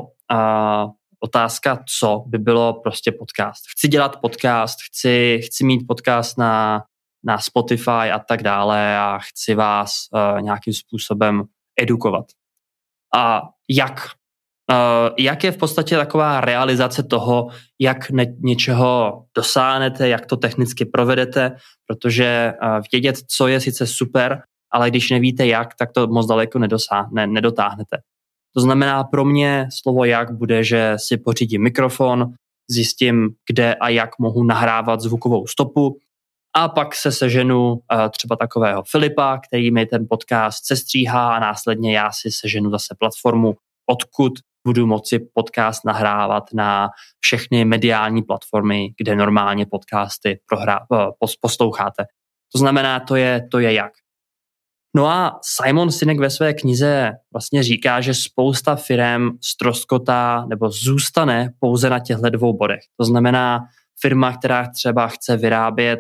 otázka co by bylo prostě podcast. Chci dělat podcast, chci mít podcast na na Spotify a tak dále a chci vás nějakým způsobem edukovat. A jak je v podstatě taková realizace toho, jak něčeho dosáhnete, jak to technicky provedete, protože vědět, co je sice super, ale když nevíte jak, tak to moc daleko nedotáhnete. To znamená, pro mě slovo jak bude, že si pořídím mikrofon, zjistím, kde a jak mohu nahrávat zvukovou stopu a pak se seženu třeba takového Filipa, který mi ten podcast sestříhá a následně já si seženu zase platformu, odkud budu moci podcast nahrávat na všechny mediální platformy, kde normálně podcasty posloucháte. To znamená, to je jak. No a Simon Sinek ve své knize vlastně říká, že spousta firem ztroskotá nebo zůstane pouze na těchto 2 bodech. To znamená firma, která třeba chce vyrábět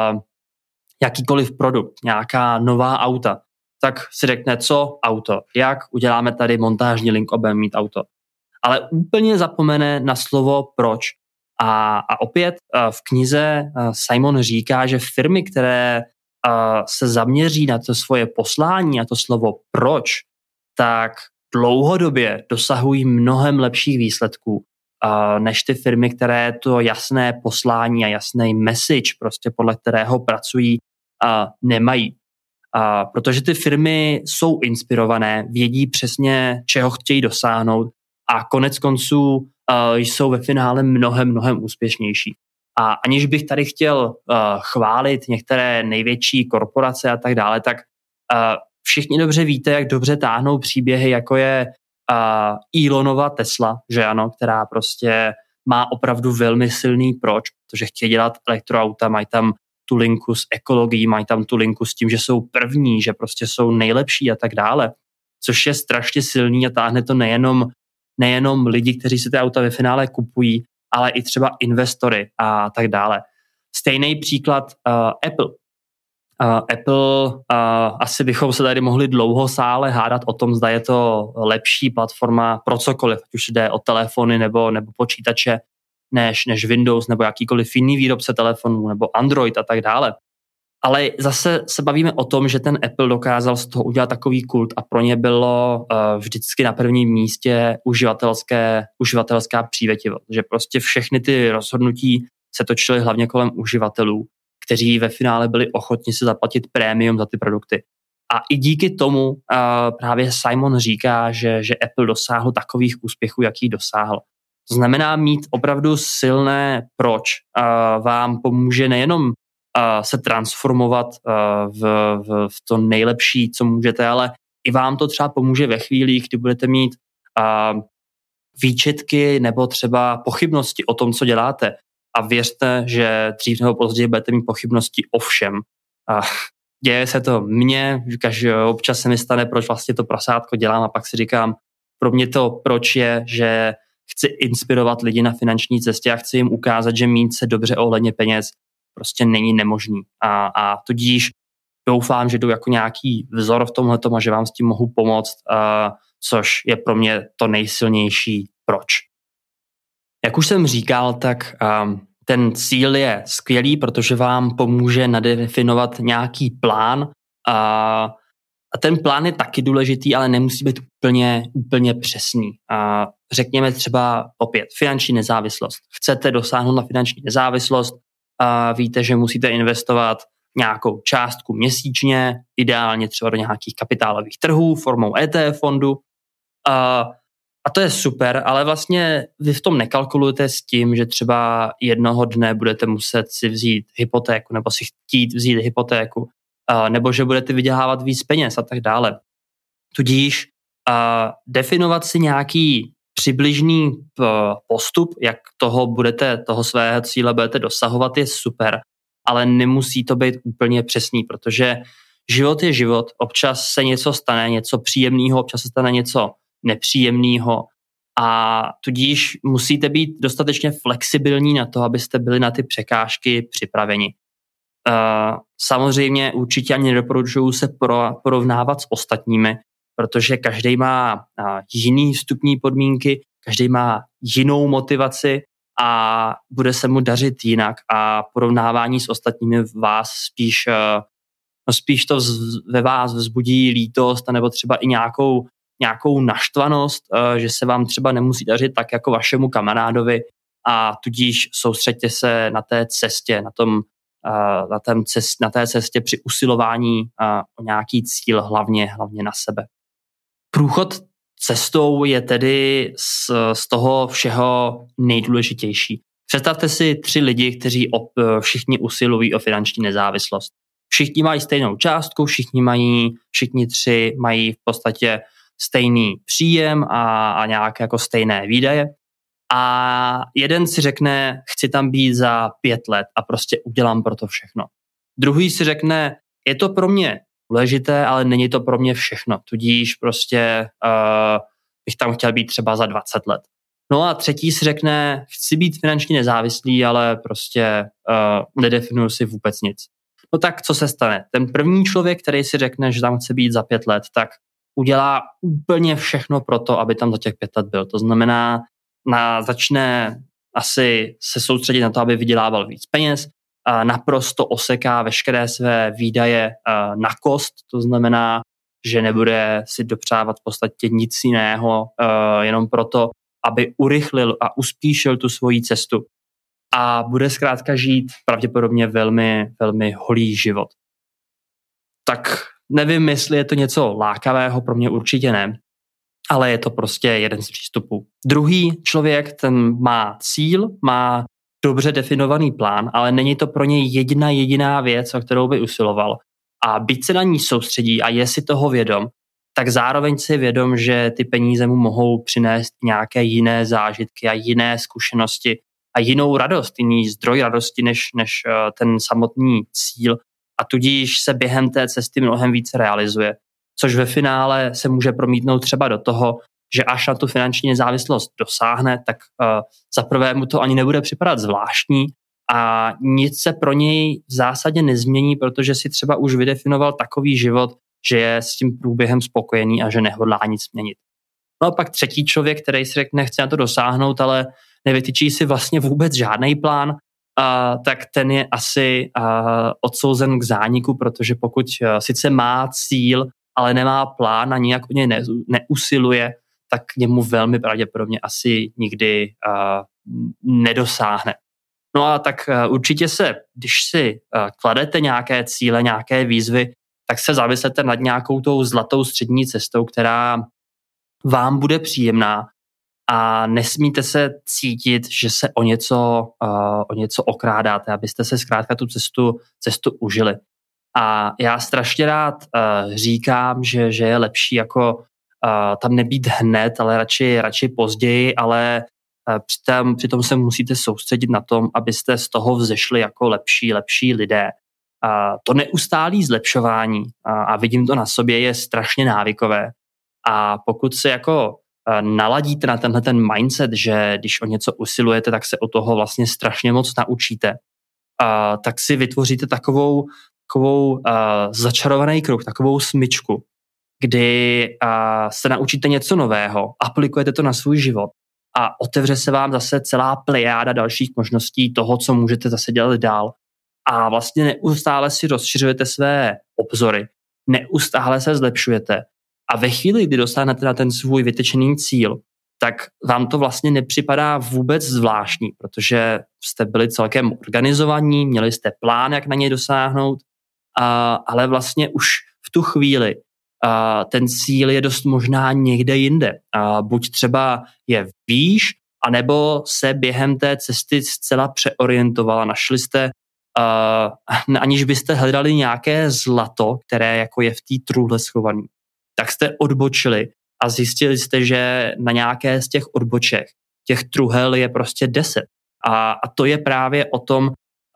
jakýkoliv produkt, nějaká nová auta, tak si řekne, co auto, jak uděláme tady montážní link, budeme mít auto. Ale úplně zapomene na slovo proč. A opět v knize Simon říká, že firmy, které se zaměří na to svoje poslání a to slovo proč, tak dlouhodobě dosahují mnohem lepších výsledků než ty firmy, které to jasné poslání a jasný message, prostě podle kterého pracují, nemají. Protože ty firmy jsou inspirované, vědí přesně, čeho chtějí dosáhnout a konec konců jsou ve finále mnohem úspěšnější. A aniž bych tady chtěl chválit některé největší korporace a tak dále, tak všichni dobře víte, jak dobře táhnou příběhy, jako je Elonova Tesla, že ano, která prostě má opravdu velmi silný proč, protože chtějí dělat elektroauta, mají tam tu linku s ekologií, mají tam tu linku s tím, že jsou první, že prostě jsou nejlepší a tak dále, což je strašně silný a táhne to nejenom lidi, kteří si ty auta ve finále kupují, ale i třeba investory a tak dále. Stejný příklad Apple. Apple, asi bychom se tady mohli dlouhosále hádat o tom, zda je to lepší platforma pro cokoliv, ať už jde o telefony nebo počítače, než Windows nebo jakýkoliv jiný výrobce telefonů nebo Android a tak dále. Ale zase se bavíme o tom, že ten Apple dokázal z toho udělat takový kult a pro ně bylo vždycky na prvním místě uživatelská přívětivost. Že prostě všechny ty rozhodnutí se točily hlavně kolem uživatelů, kteří ve finále byli ochotni si zaplatit prémium za ty produkty. A i díky tomu právě Simon říká, že Apple dosáhl takových úspěchů, jaký dosáhl. To znamená mít opravdu silné proč vám pomůže nejenom se transformovat v to nejlepší, co můžete, ale i vám to třeba pomůže ve chvíli, kdy budete mít výčitky nebo třeba pochybnosti o tom, co děláte. A věřte, že dřív nebo později budete mít pochybnosti o všem. Děje se to mně, občas se mi stane, proč vlastně to prasátko dělám a pak si říkám, pro mě to proč je, že chci inspirovat lidi na finanční cestě a chci jim ukázat, že mít se dobře ohledně peněz prostě není nemožný. A tudíž doufám, že jdu jako nějaký vzor v tomhletom a že vám s tím mohu pomoct, což je pro mě to nejsilnější proč. Jak už jsem říkal, tak ten cíl je skvělý, protože vám pomůže nadefinovat nějaký plán a ten plán je taky důležitý, ale nemusí být úplně přesný. Řekněme třeba opět finanční nezávislost. Chcete dosáhnout na finanční nezávislost, víte, že musíte investovat nějakou částku měsíčně, ideálně třeba do nějakých kapitálových trhů formou ETF fondu. A to je super, ale vlastně vy v tom nekalkulujete s tím, že třeba jednoho dne budete muset si vzít hypotéku nebo si chtít vzít hypotéku, nebo že budete vydělávat víc peněz a tak dále. Tudíž definovat si nějaký přibližný postup, jak toho svého cíle budete dosahovat, je super, ale nemusí to být úplně přesný, protože život je život, občas se něco stane, něco příjemného, občas se stane něco nepříjemného a tudíž musíte být dostatečně flexibilní na to, abyste byli na ty překážky připraveni. Samozřejmě určitě ani nedoporučuju se porovnávat s ostatními, protože každý má jiný vstupní podmínky, každý má jinou motivaci a bude se mu dařit jinak a porovnávání s ostatními vás spíš to ve vás vzbudí lítost nebo třeba i nějakou naštvanost, že se vám třeba nemusí dařit tak jako vašemu kamarádovi a tudíž soustřeďte se na té cestě, na té cestě při usilování o nějaký cíl, hlavně na sebe. Průchod cestou je tedy z toho všeho nejdůležitější. Představte si 3 lidi, kteří všichni usilují o finanční nezávislost. Všichni mají stejnou částku, všichni 3 mají v podstatě stejný příjem a nějaké jako stejné výdaje. A jeden si řekne, chci tam být za 5 let a prostě udělám pro to všechno. Druhý si řekne, je to pro mě důležité, ale není to pro mě všechno. Tudíž prostě bych tam chtěl být třeba za 20 let. No a třetí si řekne, chci být finančně nezávislý, ale prostě nedefinuju si vůbec nic. No tak co se stane? Ten první člověk, který si řekne, že tam chce být za 5 let, tak udělá úplně všechno pro to, aby tam za těch 5 let byl. To znamená, začne asi se soustředit na to, aby vydělával víc peněz, naprosto oseká veškeré své výdaje na kost, to znamená, že nebude si dopřávat v podstatě nic jiného, jenom proto, aby urychlil a uspíšil tu svoji cestu. A bude zkrátka žít pravděpodobně velmi, velmi holý život. Tak nevím, jestli je to něco lákavého, pro mě určitě ne, ale je to prostě jeden z přístupů. Druhý člověk, ten má cíl, má dobře definovaný plán, ale není to pro něj jediná věc, o kterou by usiloval. A byť se na ní soustředí a je si toho vědom, tak zároveň si je vědom, že ty peníze mu mohou přinést nějaké jiné zážitky a jiné zkušenosti a jinou radost, jiný zdroj radosti než ten samotný cíl. A tudíž se během té cesty mnohem více realizuje, což ve finále se může promítnout třeba do toho, že až na tu finanční nezávislost dosáhne, tak za prvé mu to ani nebude připadat zvláštní a nic se pro něj v zásadě nezmění, protože si třeba už vydefinoval takový život, že je s tím průběhem spokojený a že nehodlá nic měnit. No a pak třetí člověk, který si řekne, chce na to dosáhnout, ale nevytyčí si vlastně vůbec žádný plán, tak ten je asi odsouzen k zániku, protože pokud sice má cíl, ale nemá plán a nijak o něj neusiluje, tak k němu velmi pravděpodobně asi nikdy nedosáhne. No a tak určitě když si kladete nějaké cíle, nějaké výzvy, tak se zamyslete nad nějakou tou zlatou střední cestou, která vám bude příjemná a nesmíte se cítit, že se o něco okrádáte, abyste se zkrátka tu cestu užili. A já strašně rád říkám, že je lepší jako tam nebýt hned, ale radši později, ale přitom se musíte soustředit na tom, abyste z toho vzešli jako lepší lidé. To neustálé zlepšování, a vidím to na sobě, je strašně návykové. A pokud se jako naladíte na ten mindset, že když o něco usilujete, tak se o toho vlastně strašně moc naučíte, tak si vytvoříte takovou začarovaný kruh, takovou smyčku, kdy se naučíte něco nového, aplikujete to na svůj život a otevře se vám zase celá plejáda dalších možností toho, co můžete zase dělat dál. A vlastně neustále si rozšiřujete své obzory, neustále se zlepšujete a ve chvíli, kdy dosáhnete na ten svůj vytyčený cíl, tak vám to vlastně nepřipadá vůbec zvláštní, protože jste byli celkem organizovaní, měli jste plán, jak na něj dosáhnout, ale vlastně už v tu chvíli ten cíl je dost možná někde jinde. Buď třeba je výš, anebo se během té cesty zcela přeorientovala. Našli jste, aniž byste hledali nějaké zlato, které jako je v té truhle schovaný, tak jste odbočili a zjistili jste, že na nějaké z těch odboček těch truhel je prostě 10. A to je právě o tom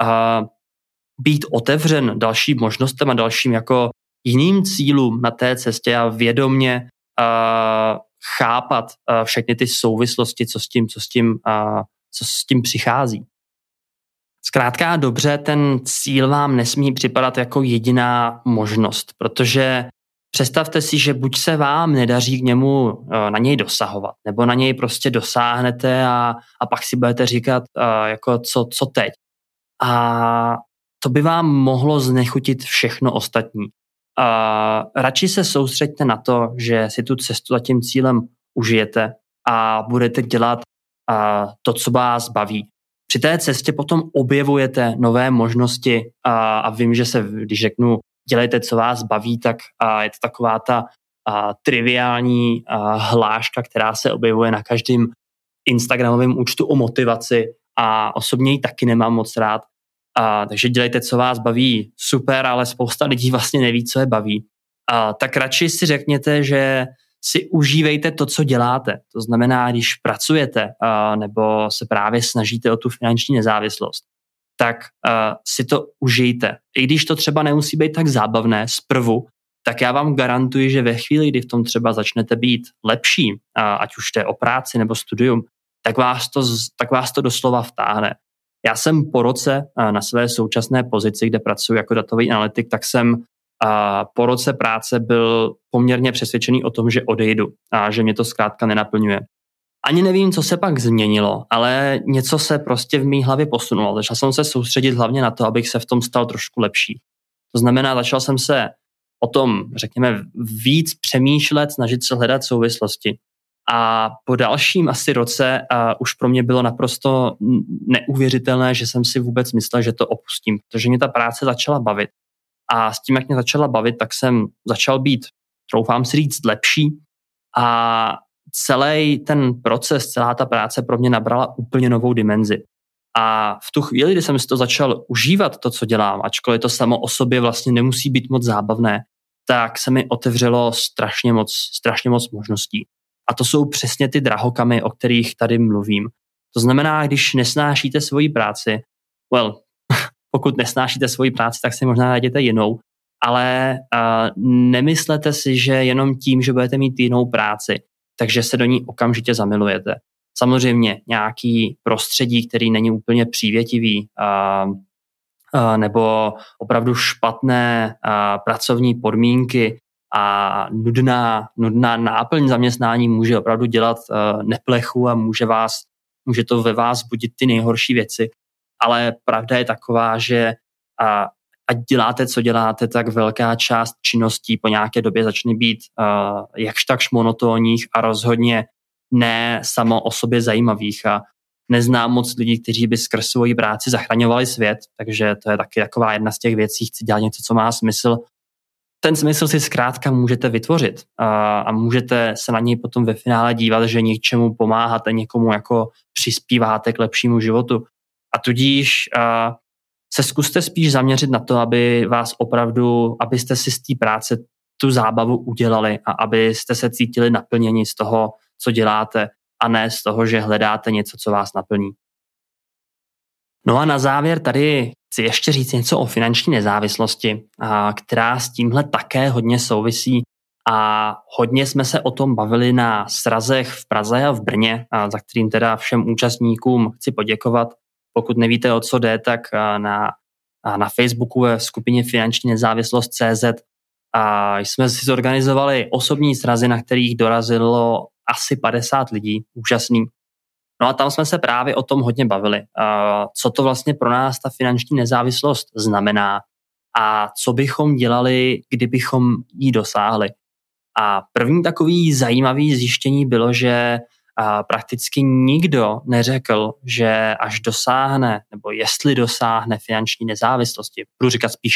být otevřen dalším možnostem a dalším jako jiným cílům na té cestě a vědomě chápat všechny ty souvislosti, co s tím přichází. Zkrátka dobře, ten cíl vám nesmí připadat jako jediná možnost, protože představte si, že buď se vám nedaří k němu na něj dosahovat, nebo na něj prostě dosáhnete a pak si budete říkat, jako co teď. A to by vám mohlo znechutit všechno ostatní. Radši se soustřeďte na to, že si tu cestu za tím cílem užijete a budete dělat to, co vás baví. Při té cestě potom objevujete nové možnosti a vím, že když řeknu dělejte, co vás baví, tak je to taková ta triviální hláška, která se objevuje na každém instagramovém účtu o motivaci a osobně ji taky nemám moc rád. Takže dělejte, co vás baví, super, ale spousta lidí vlastně neví, co je baví. Tak radši si řekněte, že si užívejte to, co děláte. To znamená, když pracujete nebo se právě snažíte o tu finanční nezávislost, tak si to užijte. I když to třeba nemusí být tak zábavné zprvu, tak já vám garantuji, že ve chvíli, kdy v tom třeba začnete být lepší, ať už jde o práci nebo studium, tak vás to doslova vtáhne. Já jsem po roce na své současné pozici, kde pracuji jako datový analytik, tak jsem po roce práce byl poměrně přesvědčený o tom, že odejdu a že mě to zkrátka nenaplňuje. Ani nevím, co se pak změnilo, ale něco se prostě v mý hlavě posunulo. Začal jsem se soustředit hlavně na to, abych se v tom stal trošku lepší. To znamená, začal jsem se o tom, řekněme, víc přemýšlet, snažit se hledat souvislosti. A po dalším asi roce už pro mě bylo naprosto neuvěřitelné, že jsem si vůbec myslel, že to opustím, protože mě ta práce začala bavit. A s tím, jak mě začala bavit, tak jsem začal být, troufám si říct, lepší. A celý ten proces, celá ta práce pro mě nabrala úplně novou dimenzi. A v tu chvíli, kdy jsem si to začal užívat, to, co dělám, ačkoliv to samo o sobě vlastně nemusí být moc zábavné, tak se mi otevřelo strašně moc možností. A to jsou přesně ty drahokamy, o kterých tady mluvím. To znamená, když nesnášíte svoji práci, pokud nesnášíte svoji práci, tak si možná najděte jinou, ale nemyslete si, že jenom tím, že budete mít jinou práci, takže se do ní okamžitě zamilujete. Samozřejmě nějaký prostředí, který není úplně přívětivý, nebo opravdu špatné pracovní podmínky a nudná náplň zaměstnání může opravdu dělat neplechu a může to ve vás budit ty nejhorší věci. Ale pravda je taková, že ať děláte, co děláte, tak velká část činností po nějaké době začne být jakž takž monotónních a rozhodně ne samo o sobě zajímavých. A neznám moc lidí, kteří by skrz svoji práci zachraňovali svět, takže to je taky taková jedna z těch věcí, chci dělat něco, co má smysl. Ten smysl si zkrátka můžete vytvořit a můžete se na něj potom ve finále dívat, že něčemu pomáháte, někomu jako přispíváte k lepšímu životu. A tudíž se zkuste spíš zaměřit na to, abyste si z té práce tu zábavu udělali a abyste se cítili naplněni z toho, co děláte, a ne z toho, že hledáte něco, co vás naplní. No a na závěr tady chci ještě říct něco o finanční nezávislosti, která s tímhle také hodně souvisí a hodně jsme se o tom bavili na srazech v Praze a v Brně, za kterým teda všem účastníkům chci poděkovat. Pokud nevíte, o co jde, tak na Facebooku ve skupině Finanční nezávislost.cz jsme si zorganizovali osobní srazy, na kterých dorazilo asi 50 lidí. Úžasný. No a tam jsme se právě o tom hodně bavili. Co to vlastně pro nás ta finanční nezávislost znamená a co bychom dělali, kdybychom ji dosáhli. A první takový zajímavý zjištění bylo, že prakticky nikdo neřekl, že až dosáhne, nebo jestli dosáhne finanční nezávislosti, budu říkat spíš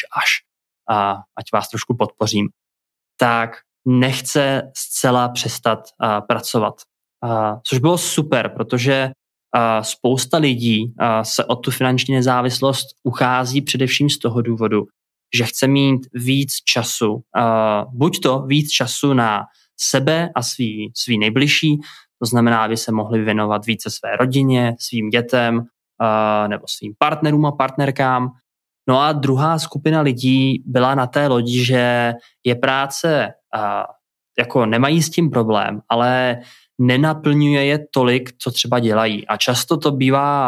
ať vás trošku podpořím, tak nechce zcela přestat pracovat. Což bylo super, protože spousta lidí se o tu finanční nezávislost uchází především z toho důvodu, že chce mít víc času, buď to víc času na sebe a svý nejbližší, to znamená, aby se mohli věnovat více své rodině, svým dětem nebo svým partnerům a partnerkám. No a druhá skupina lidí byla na té lodi, že je práce, jako nemají s tím problém, ale nenaplňuje je tolik, co třeba dělají. A často to bývá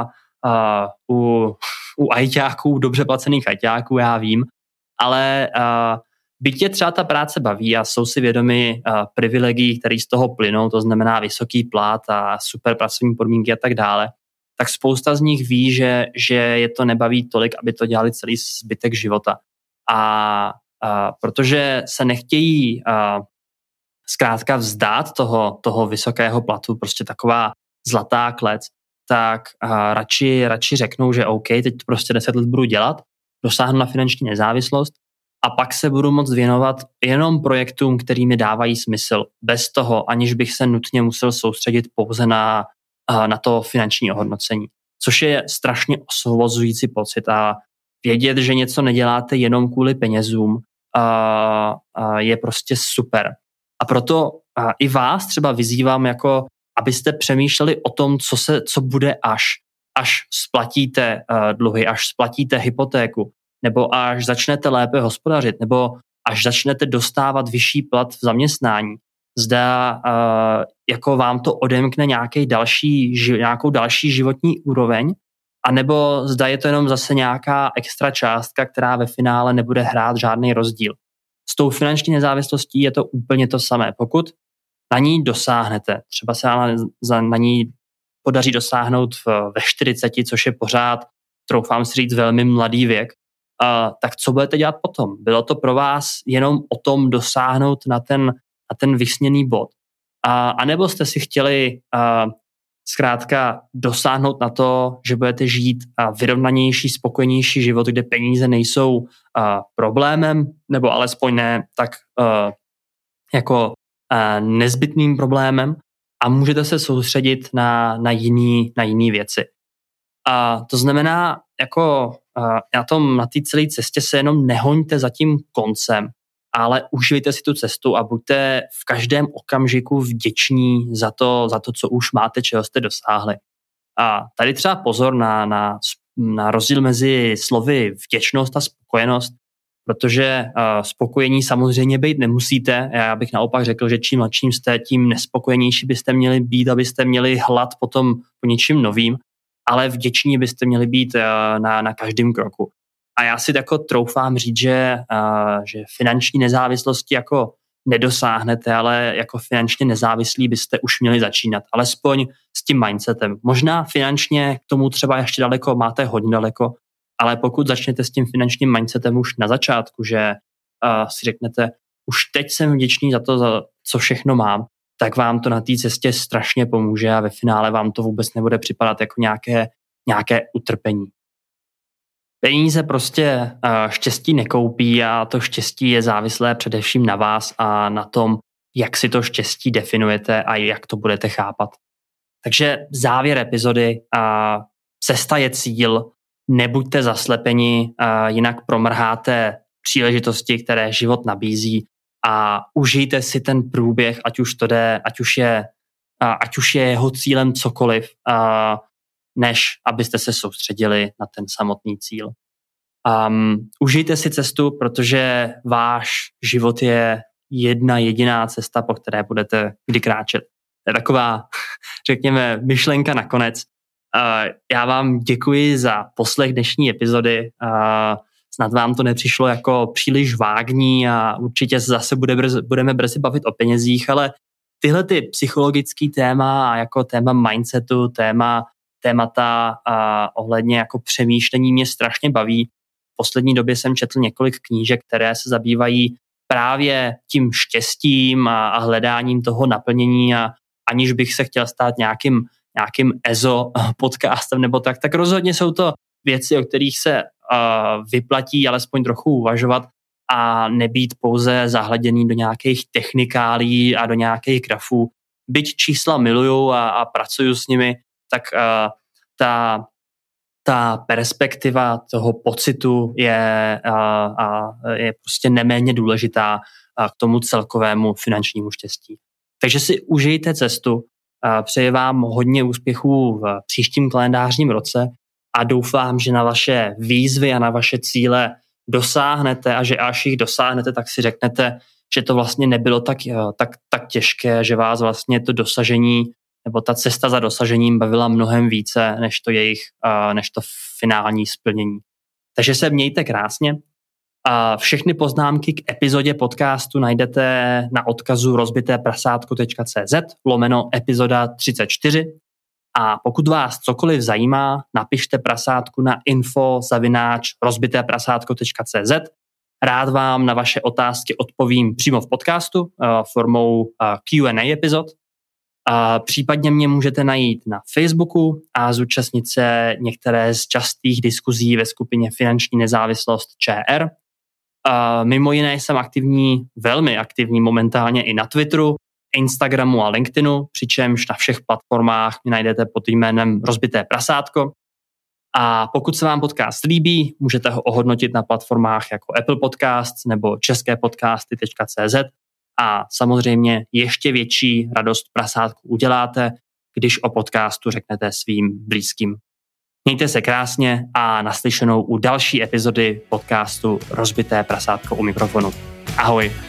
u ajťáků, dobře placených ajťáků, já vím, ale byť je třeba ta práce baví a jsou si vědomi privilegií, které z toho plynou, to znamená vysoký plat a super pracovní podmínky a tak dále, tak spousta z nich ví, že je to nebaví tolik, aby to dělali celý zbytek života. A protože se nechtějí zkrátka vzdát toho vysokého platu, prostě taková zlatá klec, tak radši řeknou, že OK, teď to prostě 10 let budu dělat, dosáhnu na finanční nezávislost a pak se budu moct věnovat jenom projektům, který mi dávají smysl, bez toho, aniž bych se nutně musel soustředit pouze na to finanční ohodnocení. Což je strašně osvobozující pocit a vědět, že něco neděláte jenom kvůli penězům, je prostě super. A proto i vás třeba vyzývám, jako abyste přemýšleli o tom, co bude až splatíte dluhy, až splatíte hypotéku, nebo až začnete lépe hospodařit, nebo až začnete dostávat vyšší plat v zaměstnání. Zda jako vám to odemkne nějakou další životní úroveň, anebo zda je to jenom zase nějaká extra částka, která ve finále nebude hrát žádný rozdíl. S tou finanční nezávislostí je to úplně to samé. Pokud na ní dosáhnete, třeba se na ní podaří dosáhnout ve 40, což je pořád, troufám si říct, velmi mladý věk, tak co budete dělat potom? Bylo to pro vás jenom o tom dosáhnout na ten vysněný bod? A nebo jste si chtěli zkrátka dosáhnout na to, že budete žít vyrovnanější, spokojenější život, kde peníze nejsou problémem, nebo alespoň ne tak jako nezbytným problémem a můžete se soustředit na jiné věci. A to znamená, jako na té celé cestě se jenom nehoňte za tím koncem, ale užijte si tu cestu a buďte v každém okamžiku vděční za to, co už máte, čeho jste dosáhli. A tady třeba pozor na rozdíl mezi slovy vděčnost a spokojenost, protože spokojení samozřejmě být nemusíte. Já bych naopak řekl, že čím mladším jste, tím nespokojenější byste měli být, abyste měli hlad potom po něčím novým, ale vděční byste měli být na každém kroku. A já si tako troufám říct, že finanční nezávislosti jako nedosáhnete, ale jako finančně nezávislí byste už měli začínat, alespoň s tím mindsetem. Možná finančně k tomu třeba ještě daleko, máte hodně daleko, ale pokud začnete s tím finančním mindsetem už na začátku, že si řeknete, už teď jsem vděčný za to, za co všechno mám, tak vám to na té cestě strašně pomůže a ve finále vám to vůbec nebude připadat jako nějaké utrpení. Peníze prostě štěstí nekoupí a to štěstí je závislé především na vás a na tom, jak si to štěstí definujete a jak to budete chápat. Takže závěr epizody, cesta je cíl, nebuďte zaslepeni, jinak promrháte příležitosti, které život nabízí a užijte si ten průběh, ať už to jde, ať už je jeho cílem cokoliv, než abyste se soustředili na ten samotný cíl. Užijte si cestu, protože váš život je jedna jediná cesta, po které budete kdy kráčet. To je taková, řekněme, myšlenka nakonec. Já vám děkuji za poslech dnešní epizody. Snad vám to nepřišlo jako příliš vágní a určitě zase budeme brzy bavit o penězích, ale tyhle ty psychologický téma a jako téma mindsetu, témata ohledně jako přemýšlení mě strašně baví. V poslední době jsem četl několik knížek, které se zabývají právě tím štěstím a hledáním toho naplnění a aniž bych se chtěl stát nějakým EZO podcastem nebo tak rozhodně jsou to věci, o kterých se vyplatí alespoň trochu uvažovat a nebýt pouze zahleděný do nějakých technikálí a do nějakých grafů. Byť čísla miluju a pracuju s nimi, tak ta perspektiva toho pocitu je prostě neméně důležitá k tomu celkovému finančnímu štěstí. Takže si užijte cestu, přeji vám hodně úspěchů v příštím kalendářním roce a doufám, že na vaše výzvy a na vaše cíle dosáhnete a že až jich dosáhnete, tak si řeknete, že to vlastně nebylo tak těžké, že vás vlastně to dosažení nebo ta cesta za dosažením bavila mnohem více než to finální splnění. Takže se mějte krásně Všechny poznámky k epizodě podcastu najdete na odkazu rozbiteprasátko.cz/epizoda 34. A pokud vás cokoliv zajímá, napište prasátku na info@rozbiteprasátko.cz. Rád vám na vaše otázky odpovím přímo v podcastu formou Q&A epizod. Případně mě můžete najít na Facebooku a zúčastnit se některé z častých diskuzí ve skupině Finanční nezávislost ČR. Mimo jiné jsem velmi aktivní momentálně i na Twitteru, Instagramu a LinkedInu, přičemž na všech platformách mě najdete pod jménem Rozbité prasátko. A pokud se vám podcast líbí, můžete ho ohodnotit na platformách jako Apple Podcasts nebo česképodcasty.cz a samozřejmě ještě větší radost prasátku uděláte, když o podcastu řeknete svým blízkým. Mějte se krásně a naslyšenou u další epizody podcastu Rozbité prasátko u mikrofonu. Ahoj.